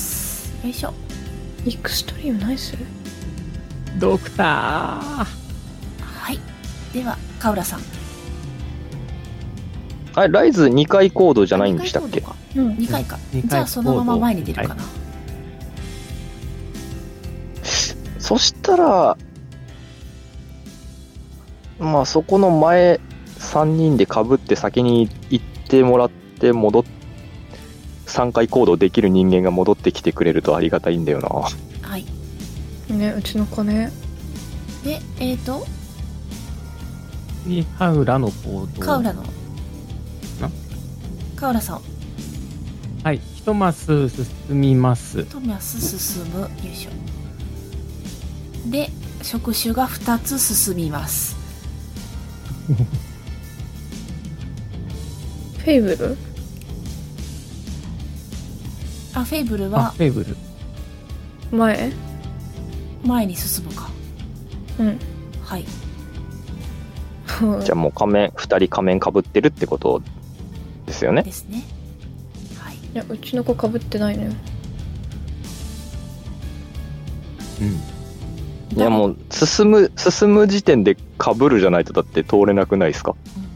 よいしょ。 エクストリームナイス。 ドクター。 はい。ではカウラさん。 はい、ライズにかい行動じゃないんでしたっけ？ うん、 にかいか。 にかいじゃあそのまま前に出るかな。 はい、 そしたら、まあそこの前さんにんで被って先に行ってもらって戻っさんかい行動できる人間が戻ってきてくれるとありがたいんだよな。 はい。 ね、うちの子ね。 で、えっ、ー、と、 次、カウラの行動。 カウラの。カウラさん。 はい。一マス進みます。 一マス進む。よいしょ。で、触手がふたつ進みます。 フェイブル？ あ、フェイブルあ、 はフェイブル。 前？ 前に進むか。 うん。 はい。 じゃあもう仮面、二人仮面被ってるってことですよね。 ですね。はい。 いや、うちの子かぶってないのよ。 うん。 いやもう進む進む時点で被るじゃないとだって通れなくないですか。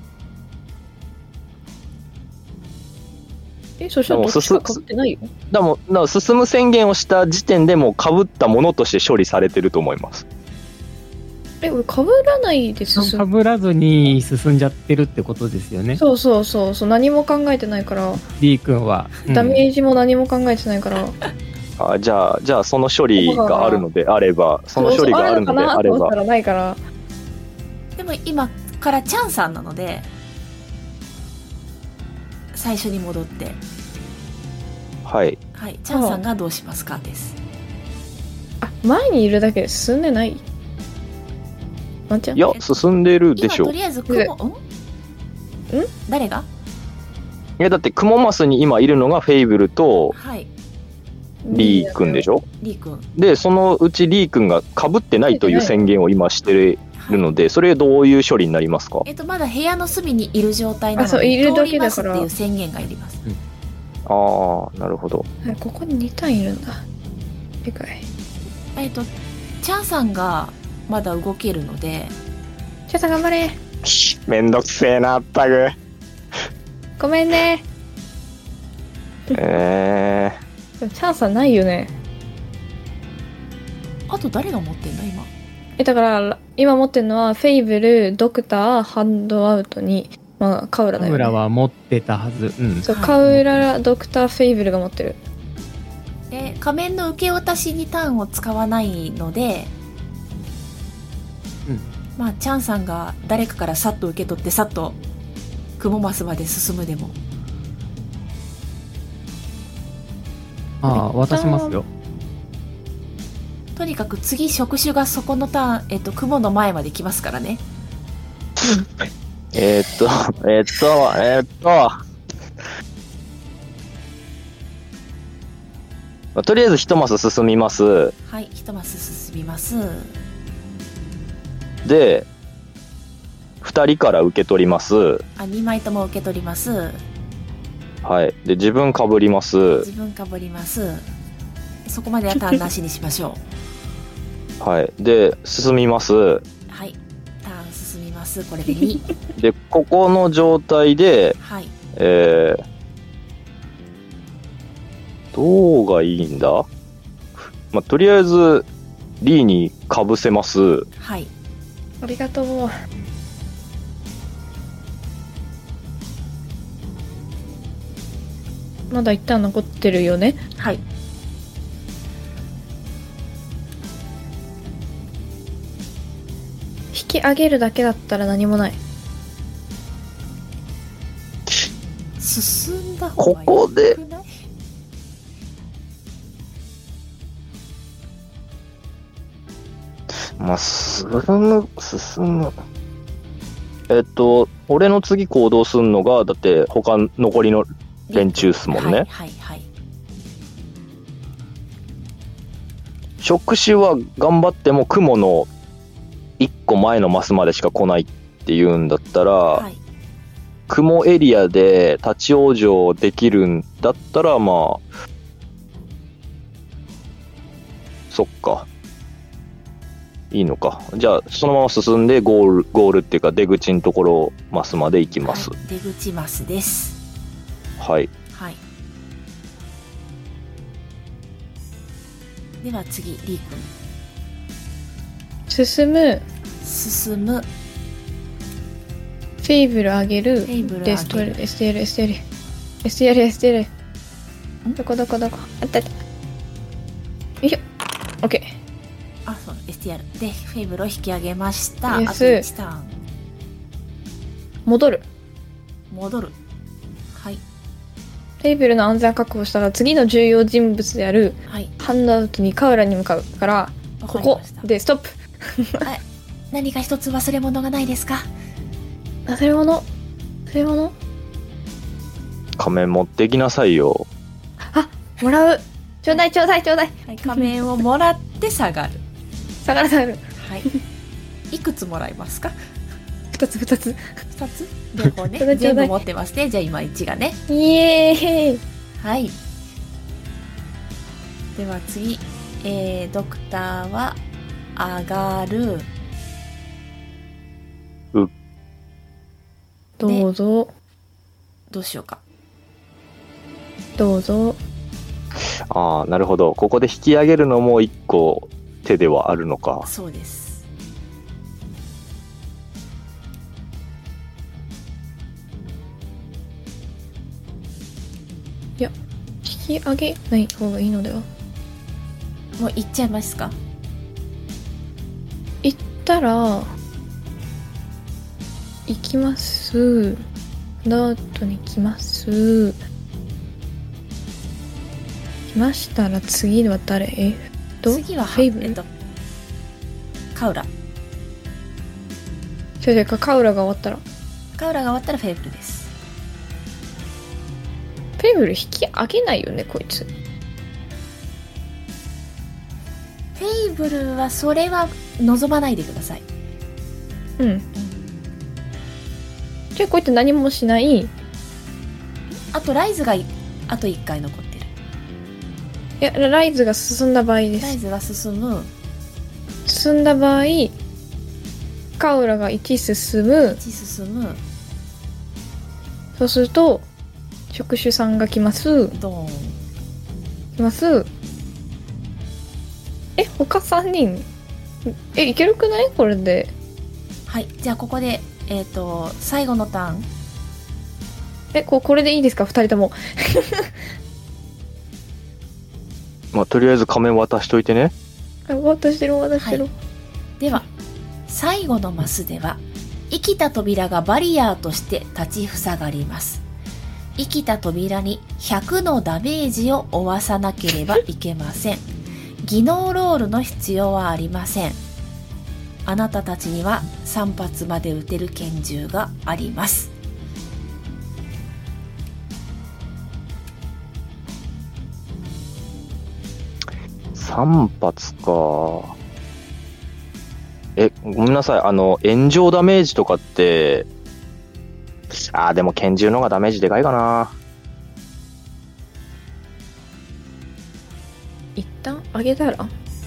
え、そしたらどっちか被ってないよ。 だもうだ進む宣言をした時点でもう被ったものとして処理されてると思います。 え、俺被らないで進む。 被らずに進んじゃってるってことですよね。 そうそうそうそう、何も考えてないから。 D 君は、 うん、ダメージも何も考えてないから。 あ、じゃあじゃあその処理があるのであれば、その処理があるのであれば。 ないから。 でも今からチャンさんなので、最初に戻って。 はい。 はい、チャンさんがどうしますかです。 あ、前にいるだけで進んでない？ワンちゃん？ いや、進んでるでしょ。 今とりあえず雲、ん？ん？誰が？ いやだってクモマスに今いるのがフェイブルと、 はい。 リー君でしょ。 リー君でそのうちリー君が被ってないという宣言を今してるので、それどういう処理になりますか。 えっとまだ部屋の隅にいる状態なので、 あ、そう、いるだけだから通りますっていう宣言がいります。 うん、ああ、なるほど。 ここににターンいるんだ。でかい。 えっとチャンさんがまだ動けるので、 チャンさん頑張れ。 めんどくせえなったく。 ごめんね。 えーチャンスはないよね。 あと誰が持ってんの今。 え、だから今持ってるのはフェイブル、ドクター、ハンドアウトに、まあカウラだよね。 カウラは持ってたはず。うん。 そう、カウラ、ドクター、フェイブルが持ってる。 で、仮面の受け渡しにターンを使わないので、 うん、 まあチャンさんが誰かからさっと受け取ってさっとクモマスまで進むでも。 ああ、渡しますよ。 とにかく次触手がそこのターン、えっと雲の前まで来ますからね。 えーっとえーっとえーっとまあ、とりあえず一マス進みます。 はい、一マス進みます。 でふたりから受け取ります。 あ、にまいとも受け取ります。 はい。で自分かぶります。 自分かぶります。そこまではターンなしにしましょう。はい。で進みます。 はい。ターン進みます。これでに。 でここの状態で、 はい。 えー、どうがいいんだ。まあ、とりあえずリーにかぶせます。 はい。ありがとう。まだ一旦残ってるよね。 はい。 引き上げるだけだったら何もない。 進んだ方がここでよくない？ まあ、進む進むえっと俺の次行動するのがだって他残りの連中っすもんね。 はいはいはい。 触手は頑張っても雲のいっこまえのマスまでしか来ないっていうんだったら、はい、雲エリアで立ち往生できるんだったらまあそっかいいのか。じゃあそのまま進んでゴールゴールっていうか出口のところマスまで行きます。 はい、出口マスです。 はいはい。では次リー君。 進む。 進む。 フェイブル上げる。 フェイブル上げる。 デストル、エステール、エステール。エステール、エステール。どこどこどこ。あったあった。よいしょ。オッケー。 あ、そう、エスティーアール でフェイブルを引き上げました。 イエスあといちターン戻る。 戻る。はい。 フェイブルの安全確保したら次の重要人物であるはい。 ハンドアウトにカウラに向かうから、 わここかりましたでストップ。 あ、何か一つ忘れ物がないですか？ 忘れ物忘れ物仮面持ってきなさいよ。 あ、もらう。ちょうだいちょうだいちょうだい。 はい、仮面をもらって下がる。 下がる下がる。 はい。いくつもらいますか？ 二つ二つ。 ふたつ両方ね。 ちょうだいちょうだい全部持ってますね。じゃあ今いちがね。 イエーイ。 はい。では次、えー、ドクターは上がる。 どうぞ。 どうしようか。 どうぞ。 ああ、なるほど。ここで引き上げるのも一個手ではあるのか。 そうです。 いや、引き上げない方がいいのでは。 もう行っちゃいますか？ 行ったら、行きます。ダートに来ます。来ましたら次は誰？えっと、 次はフェイブル。 えっと、カウラ。 それかカウラが終わったら。 カウラが終わったらフェイブルです。 フェイブル引き上げないよね、こいつ。 フェイブルはそれは望まないでください。 うん。じゃあこうやって何もしない。 あとライズがいあといっかい残ってる。 いや、ライズが進んだ場合です。 ライズが進む。 進んだ場合、カウラがいち進む。 いち進む。 そうすると、触手さんが来ます。 ドーン。 来ます。え、他さんにん。え、いけるくないこれで。 はい。じゃあここで、えっと、最後のターン。 え、ここれでいいですかふたりとも。 まあ、とりあえず仮面渡しといてね。 あ、渡してる渡してる。 はいでは、最後のマスでは、生きた扉がバリアーとして立ちふさがります。生きた扉にひゃくのダメージを負わさなければいけません。技能ロールの必要はありません。あなたたちにはさん発まで撃てる拳銃があります。 さん発か。え、ごめんなさい。あの、炎上ダメージとかって、あー、でも拳銃の方がダメージでかいかな。 一旦上げたら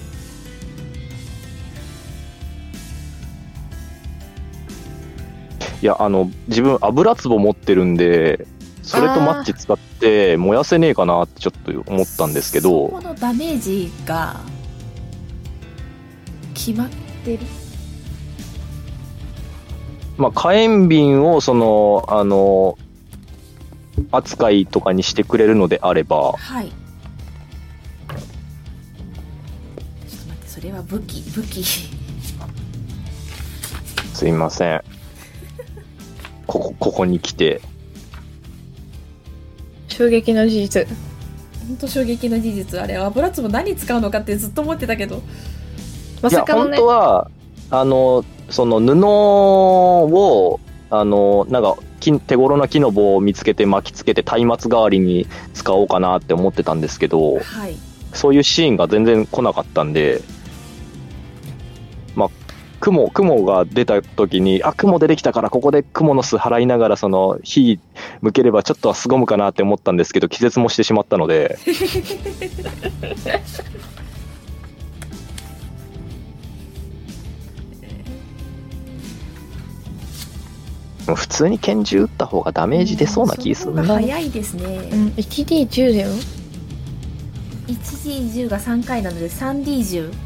いや、あの、自分油壺持ってるんで、それとマッチ使って燃やせねえかなってちょっと思ったんですけど。 そこのダメージが決まってる。 まあ、火炎瓶をその、あの、扱いとかにしてくれるのであれば。 はい。ちょっと待って、それは武器、武器。 すいません。ここ、ここに来て。 衝撃の事実。 本当衝撃の事実。あれ、油壺何使うのかってずっと思ってたけど。 まさかのね。 いや、本当は、あの、その布を、あの、なんか、手頃な木の棒を見つけて巻きつけて松明代わりに使おうかなって思ってたんですけど、 はい。 そういうシーンが全然来なかったんで、まあ、雲、雲が出た時に、あ、雲出てきたからここで雲の巣払いながらその火向ければちょっとは凄むかなって思ったんですけど、気絶もしてしまったので。普通に拳銃撃った方がダメージ出そうな気するな。 その方が早いですね。 うん、いちディーじゅう だよ。 いちディーじゅう がさんかいなので さんディーじゅ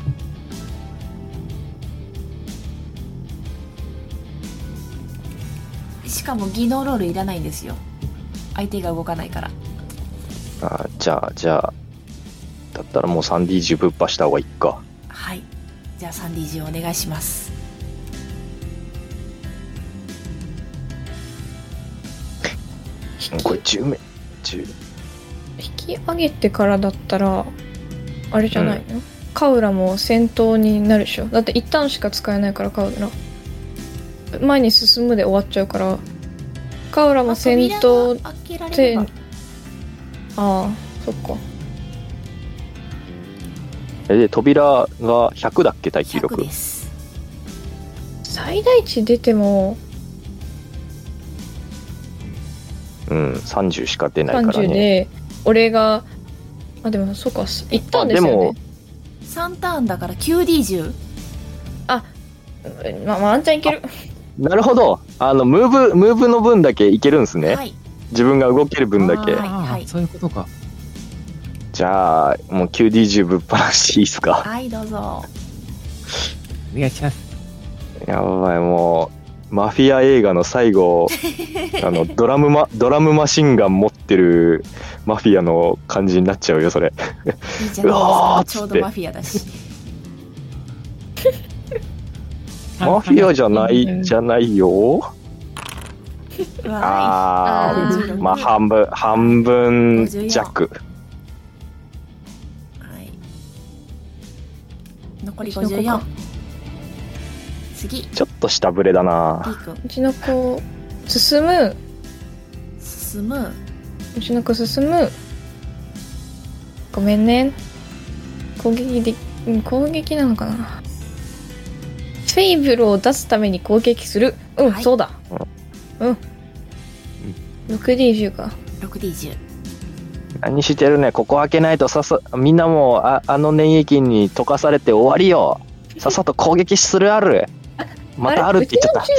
う。しかも技能ロールいらないんですよ。相手が動かないから。 あ、じゃあ、じゃあ、だったらもう さんディーじゅう ぶっ破した方がいいか。 はい。 じゃあ スリーディー じゅうお願いします。 これじゅうめいじゅう引き上げてからだったらあれじゃないの、うん、カウラも戦闘になるでしょ。だって一旦しか使えないからカウラ前に進むで終わっちゃうからカウラも戦闘ってああそっか。 えで扉がひゃくだっけ耐久力。 ひゃくです。 最大値出てもうんさんじゅうしか出ないからね。 さんじゅうで俺があでもそうか一ターンですよね。でもさんターンだから キューディーじゅう。 あまあワンチャンいける。 なるほど。あのムーブムーブの分だけいけるんですね、はい、自分が動ける分だけ。 はいはい、そういうことか。 じゃあもう キューディーじゅう ぶっ放していいですか。 はいどうぞお願いします。 やばいもうマフィア映画の最後あのドラムマドラムマシンガン持ってるマフィアの感じになっちゃうよそれ。 いいじゃないですかちょうどマフィアだし。 マフィアじゃないじゃないよ。ああまあ半分半分弱。 残りごじゅうよん。次ちょっと下振れだな。 うちの子進む進むうちの子進む。ごめんね攻撃で攻撃なのかな。フェイブルを出すために攻撃する。うん、はい、そうだうん、うん、ろくディーじゅう か。 ろくディーじゅう。 何してるね。ここ開けないとささみんなもう あ, あの粘液に溶かされて終わりよ。さっさと攻撃するある。またあるって言っちゃった。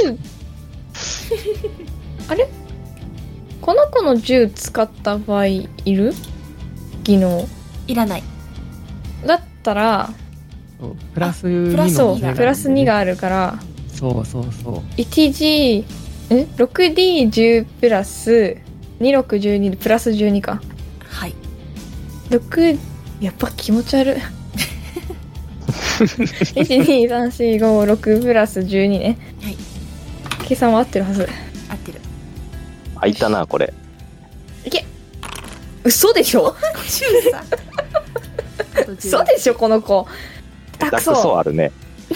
あれこの子の銃使った場合いる技能いらない。 だったらプラスにのプラスにがあるからそうそうそう いちジー ん ろくディーじゅう プラスにろくじゅうにでプラスじゅうにか。 はいろくやっぱ気持ち悪い。いちにさんしごろくプラスじゅうにね。はい計算は合ってるはず。 合ってる。 開いたなこれ。 いけ嘘でしょ。嘘でしょこの子。 下手くそあるね。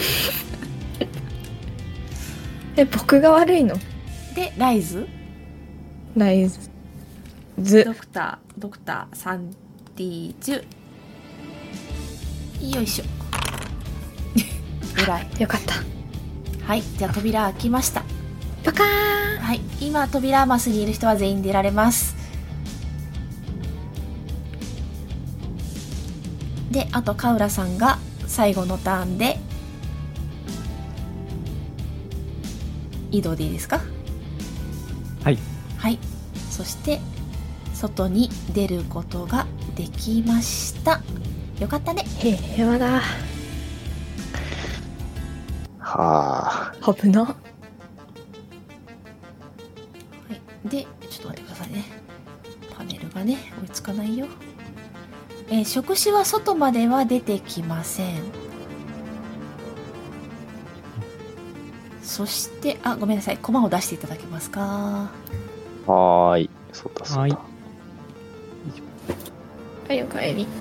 え僕が悪いの。 でライズライズズドクタードクター スリーディーじゅう よいしょ。偉い。 よかった。 はいじゃあ扉開きました。 パカーン。 はい今扉マスにいる人は全員出られます。であとカウラさんが最後のターンで移動でいいですか。 はいはいそして外に出ることができました。よかったね。 平和だ。 はあ危な。はいでちょっと待ってくださいね。パネルがね追いつかないよ。えー、触手は外までは出てきません。そしてあごめんなさい駒を出していただけますか。 はーいそうだそうだ。はいはいおかえり。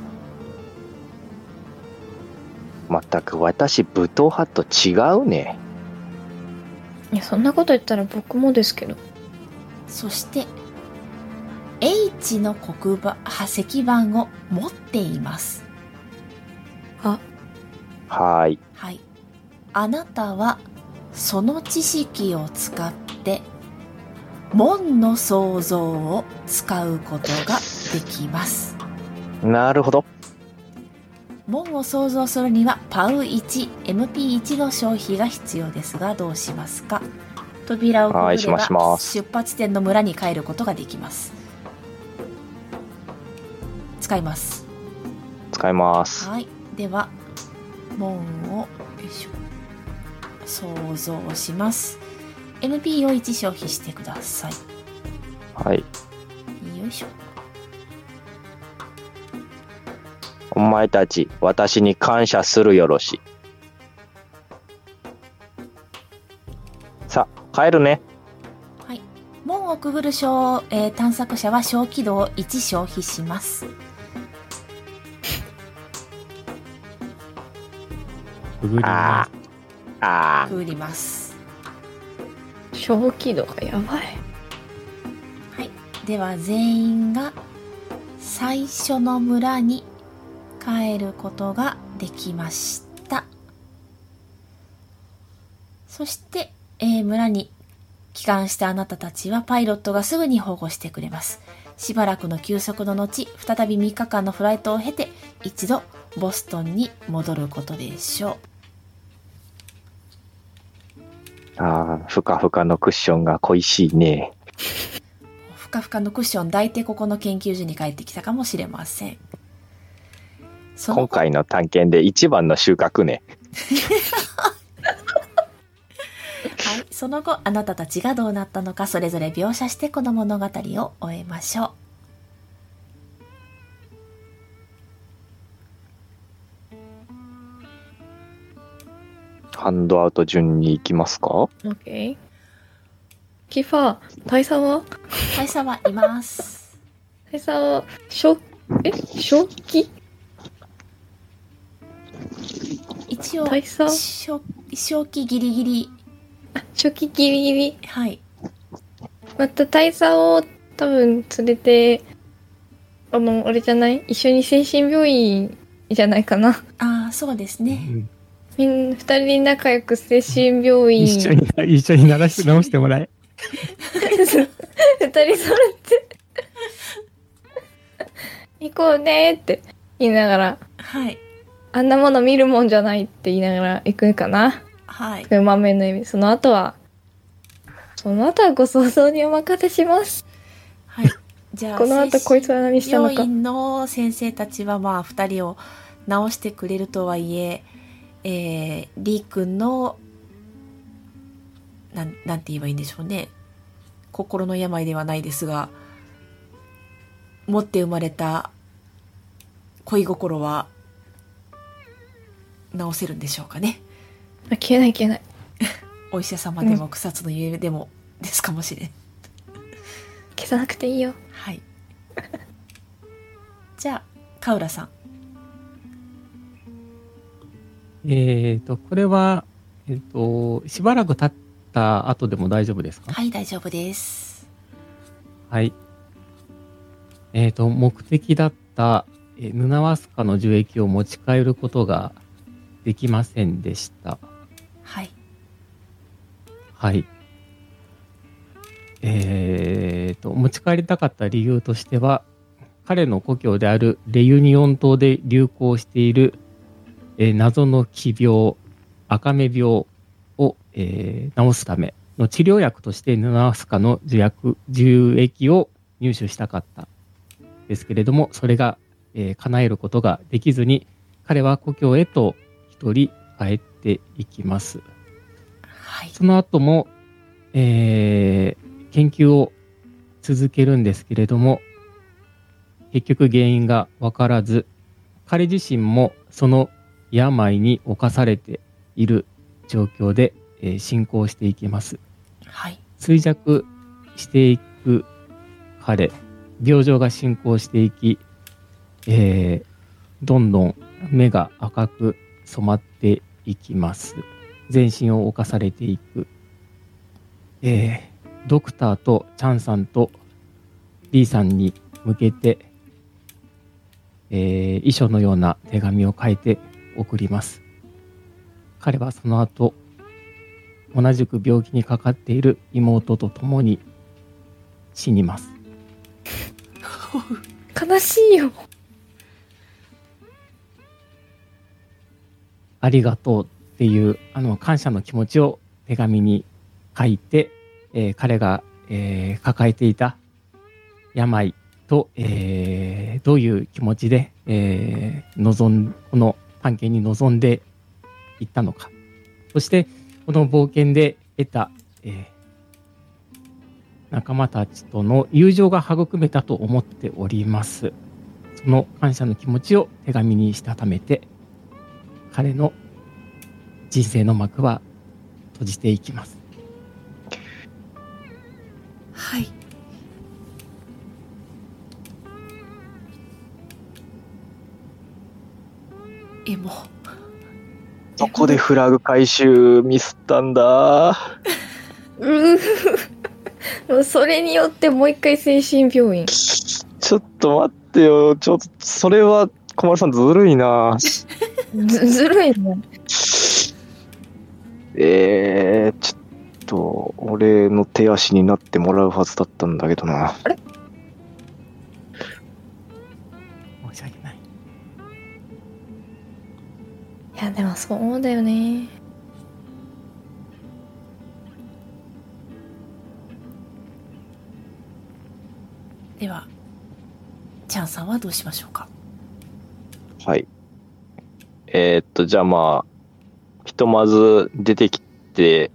まったく私武闘派と違うね。 いやそんなこと言ったら僕もですけど。 そして H の黒板石板を持っています。 あはい。 はい。あなたはその知識を使って門の創造を使うことができます。 なるほど。 門を創造するにはパウいち、エムピーいち の消費が必要ですがどうしますか。扉をくぐれば出発点の村に帰ることができます。使います。 使います。 はい。では門をよいしょ創造します。エムピー をいち消費してください。 はい。 よいしょ。 お前たち私に感謝するよろし。 帰るね。 はい。門をくぐる小、えー探索者は小気道をいち消費します。 くぐりまあす。 あ。あくぐります。 小気度がやばい。 はい。では全員が最初の村に帰ることができました。そして、えー村に帰還したあなたたちはパイロットがすぐに保護してくれます。しばらくの休息の後、再びみっかかんのフライトを経て、一度ボストンに戻ることでしょあ。ああ。ふかふかのクッションが恋しいね。 う。ふかふかのクッション抱いてここの研究所に帰ってきたかもしれません。その今回の探検で一番の収穫ね。 はい、その後あなたたちがどうなったのかそれぞれ描写してこの物語を終えましょハンドアウト順に行きますか？ オッケー。キファー、大佐はう。大佐はいます。 大佐は、小、え小気一応大佐正正気ギリギリ。 初期ギリギリ。 はい。 また大佐を多分連れて、あの、あれじゃない一緒に精神病院じゃないかな。 ああ、そうですうね。 んみんな二人仲良く精神病院。 一緒に、一緒にならし直してもらえ。 二人揃って行こうねーって言いながら、 はい。 あんなもの見るもんじゃないって言いながら行くかな。 はい。 満面の意味。その後は、その後はご想像にお任せします。 はい。じゃあ、 この後こいつは何したのか病院の先生たちはまあ二人を治してくれるとはいえ、えー、リー君のなん、なんて言えばいいんでしょうね。心の病ではないですが、持って生まれた恋心は治せるんでしょうかね。 あ、消えない消えない。 お医者様でも草津の家でもですかもしれん。 消さなくていいよ。 はい。じゃあ、カウラさん。 えーと、これは、えっと、しばらく経った後でも大丈夫ですか？ はい、大丈夫です。 はい。えっと、目的だった、えーヌナワスカの樹液を持ち帰ることができませんでした。 はい。 はい。えーと、持ち帰りたかった理由としては、彼の故郷であるレユニオン島で流行している、えー謎の奇病、赤目病を、えー治すための治療薬としてヌナワスカの樹薬、樹液を入手したかったですけれども、それが、えー叶えることができずに、彼は故郷へと一人帰っていきます。 はい。 その後も、えー研究を続けるんですけれども、結局原因がわからず、彼自身もその病に侵されている状況で、えー進行していきます。 はい。 衰弱していく彼、病状が進行していき、えーどんどん目が赤く染まっていきます。全身を侵されていく。えードクターとチャンさんとリーさんに向けて、えー遺書のような手紙を書いて送ります。彼はその後、同じく病気にかかっている妹と共に死にます。 悲しいよ。 ありがとうっていうあの感謝の気持ちを手紙に書いて、えー彼が、えー抱えていた病と、えーどういう気持ちで、えー臨んこの探検に臨んでいったのか、そしてこの冒険で得た、えー仲間たちとの友情が育めたと思っております。その感謝の気持ちを手紙にしたためて、彼の人生の幕は閉じていきます。 はい。え、もう。 そこでフラグ回収ミスったんだ。 ううそれによってもう一回精神病院。 ちょっと待ってよ。ちょっと、それは、小丸さんずるいな。 ず、ずるいね。 えー、ちょっと、俺の手足になってもらうはずだったんだけどな。 あれ申し訳ない。 いや、でもそうだよね。 では、チャンさんはどうしましょうか。 はい。えー、っと、じゃあまあ、ひとまず出てきて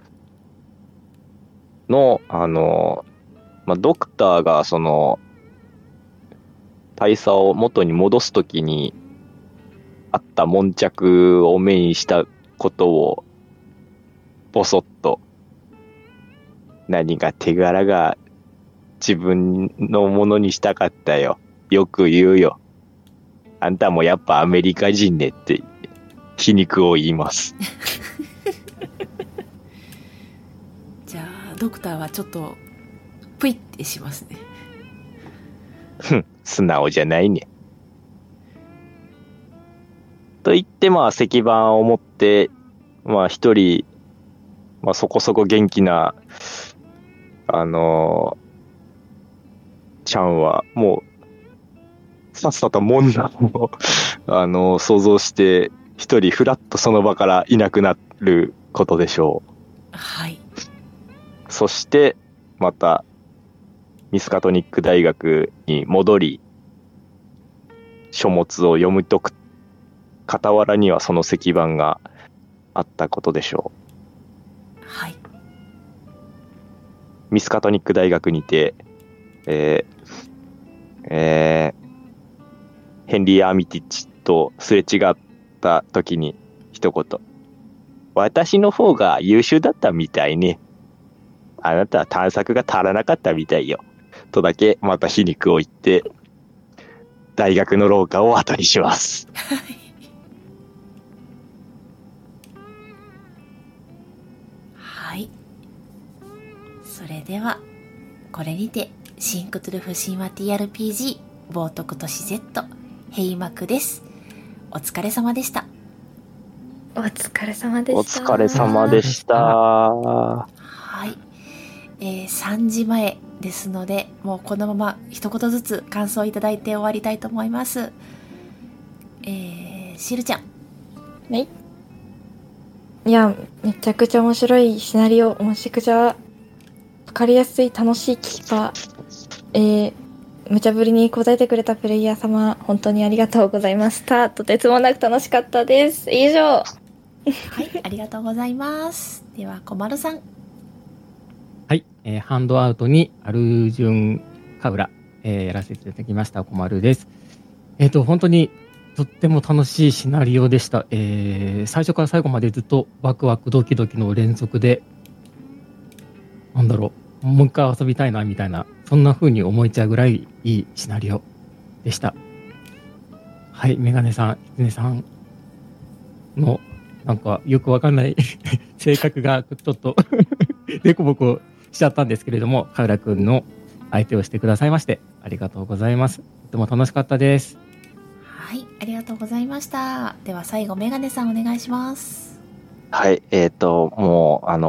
の、あの、まあ、ドクターがその、大佐を元に戻すときに、あった悶着を目にしたことを、ぼそっと、何が手柄が自分のものにしたかったよ。よく言うよ。あんたもやっぱアメリカ人ねって皮肉を言います。 じゃあドクターはちょっとプイってしますね。 ふん、素直じゃないね。と言ってまあ石板を持ってまあ一人、まあ、そこそこ元気なあのー、ちゃんはもうさっさと門難をあのー、想像して一人フラッとその場からいなくなることでしょう。はい。 そしてまたミスカトニック大学に戻り書物を読み解く傍らにはその石板があったことでしょう。はい。 ミスカトニック大学にて、えーえー、ヘンリー・アーミティッチとすれ違った時に一言。私の方が優秀だったみたいね。あなたは探索が足らなかったみたいよ。とだけまた皮肉を言って、大学の廊下を後にします。 はい。それでは、これにて、シンクトゥルフ神話 ティーアールピージー、冒涜都市 Z、閉幕です。お疲れ様でした。 お疲れ様でした。 お疲れ様でした。はい。えー、さんじまえですので、もうこのまま一言ずつ感想いただいて終わりたいと思います。えー、しるちゃん。 はい。いや、めちゃくちゃ面白いシナリオ、めちゃくちゃわかりやすい楽しいキーパー、えー、無茶ぶりに答えてくれたプレイヤー様、本当にありがとうございました。とてつもなく楽しかったです。以上。 はい、ありがとうございます。では、小丸さん。 はい、えー、ハンドアウトにアルジュンカウラ、えー、やらせていただきました小丸です。えっと、本当にとっても楽しいシナリオでした。えー、最初から最後までずっとワクワクドキドキの連続で、なんだろう、もう一回遊びたいなみたいな、そんな風に思えちゃうぐらいいいシナリオでした。はい、メガネさん、キツネさんのなんかよくわかんない性格がちょっとデコボコしちゃったんですけれども、カウラくんの相手をしてくださいましてありがとうございます。とても楽しかったです。 はい、ありがとうございました。では最後メガネさんお願いします。 はい、えっともうあの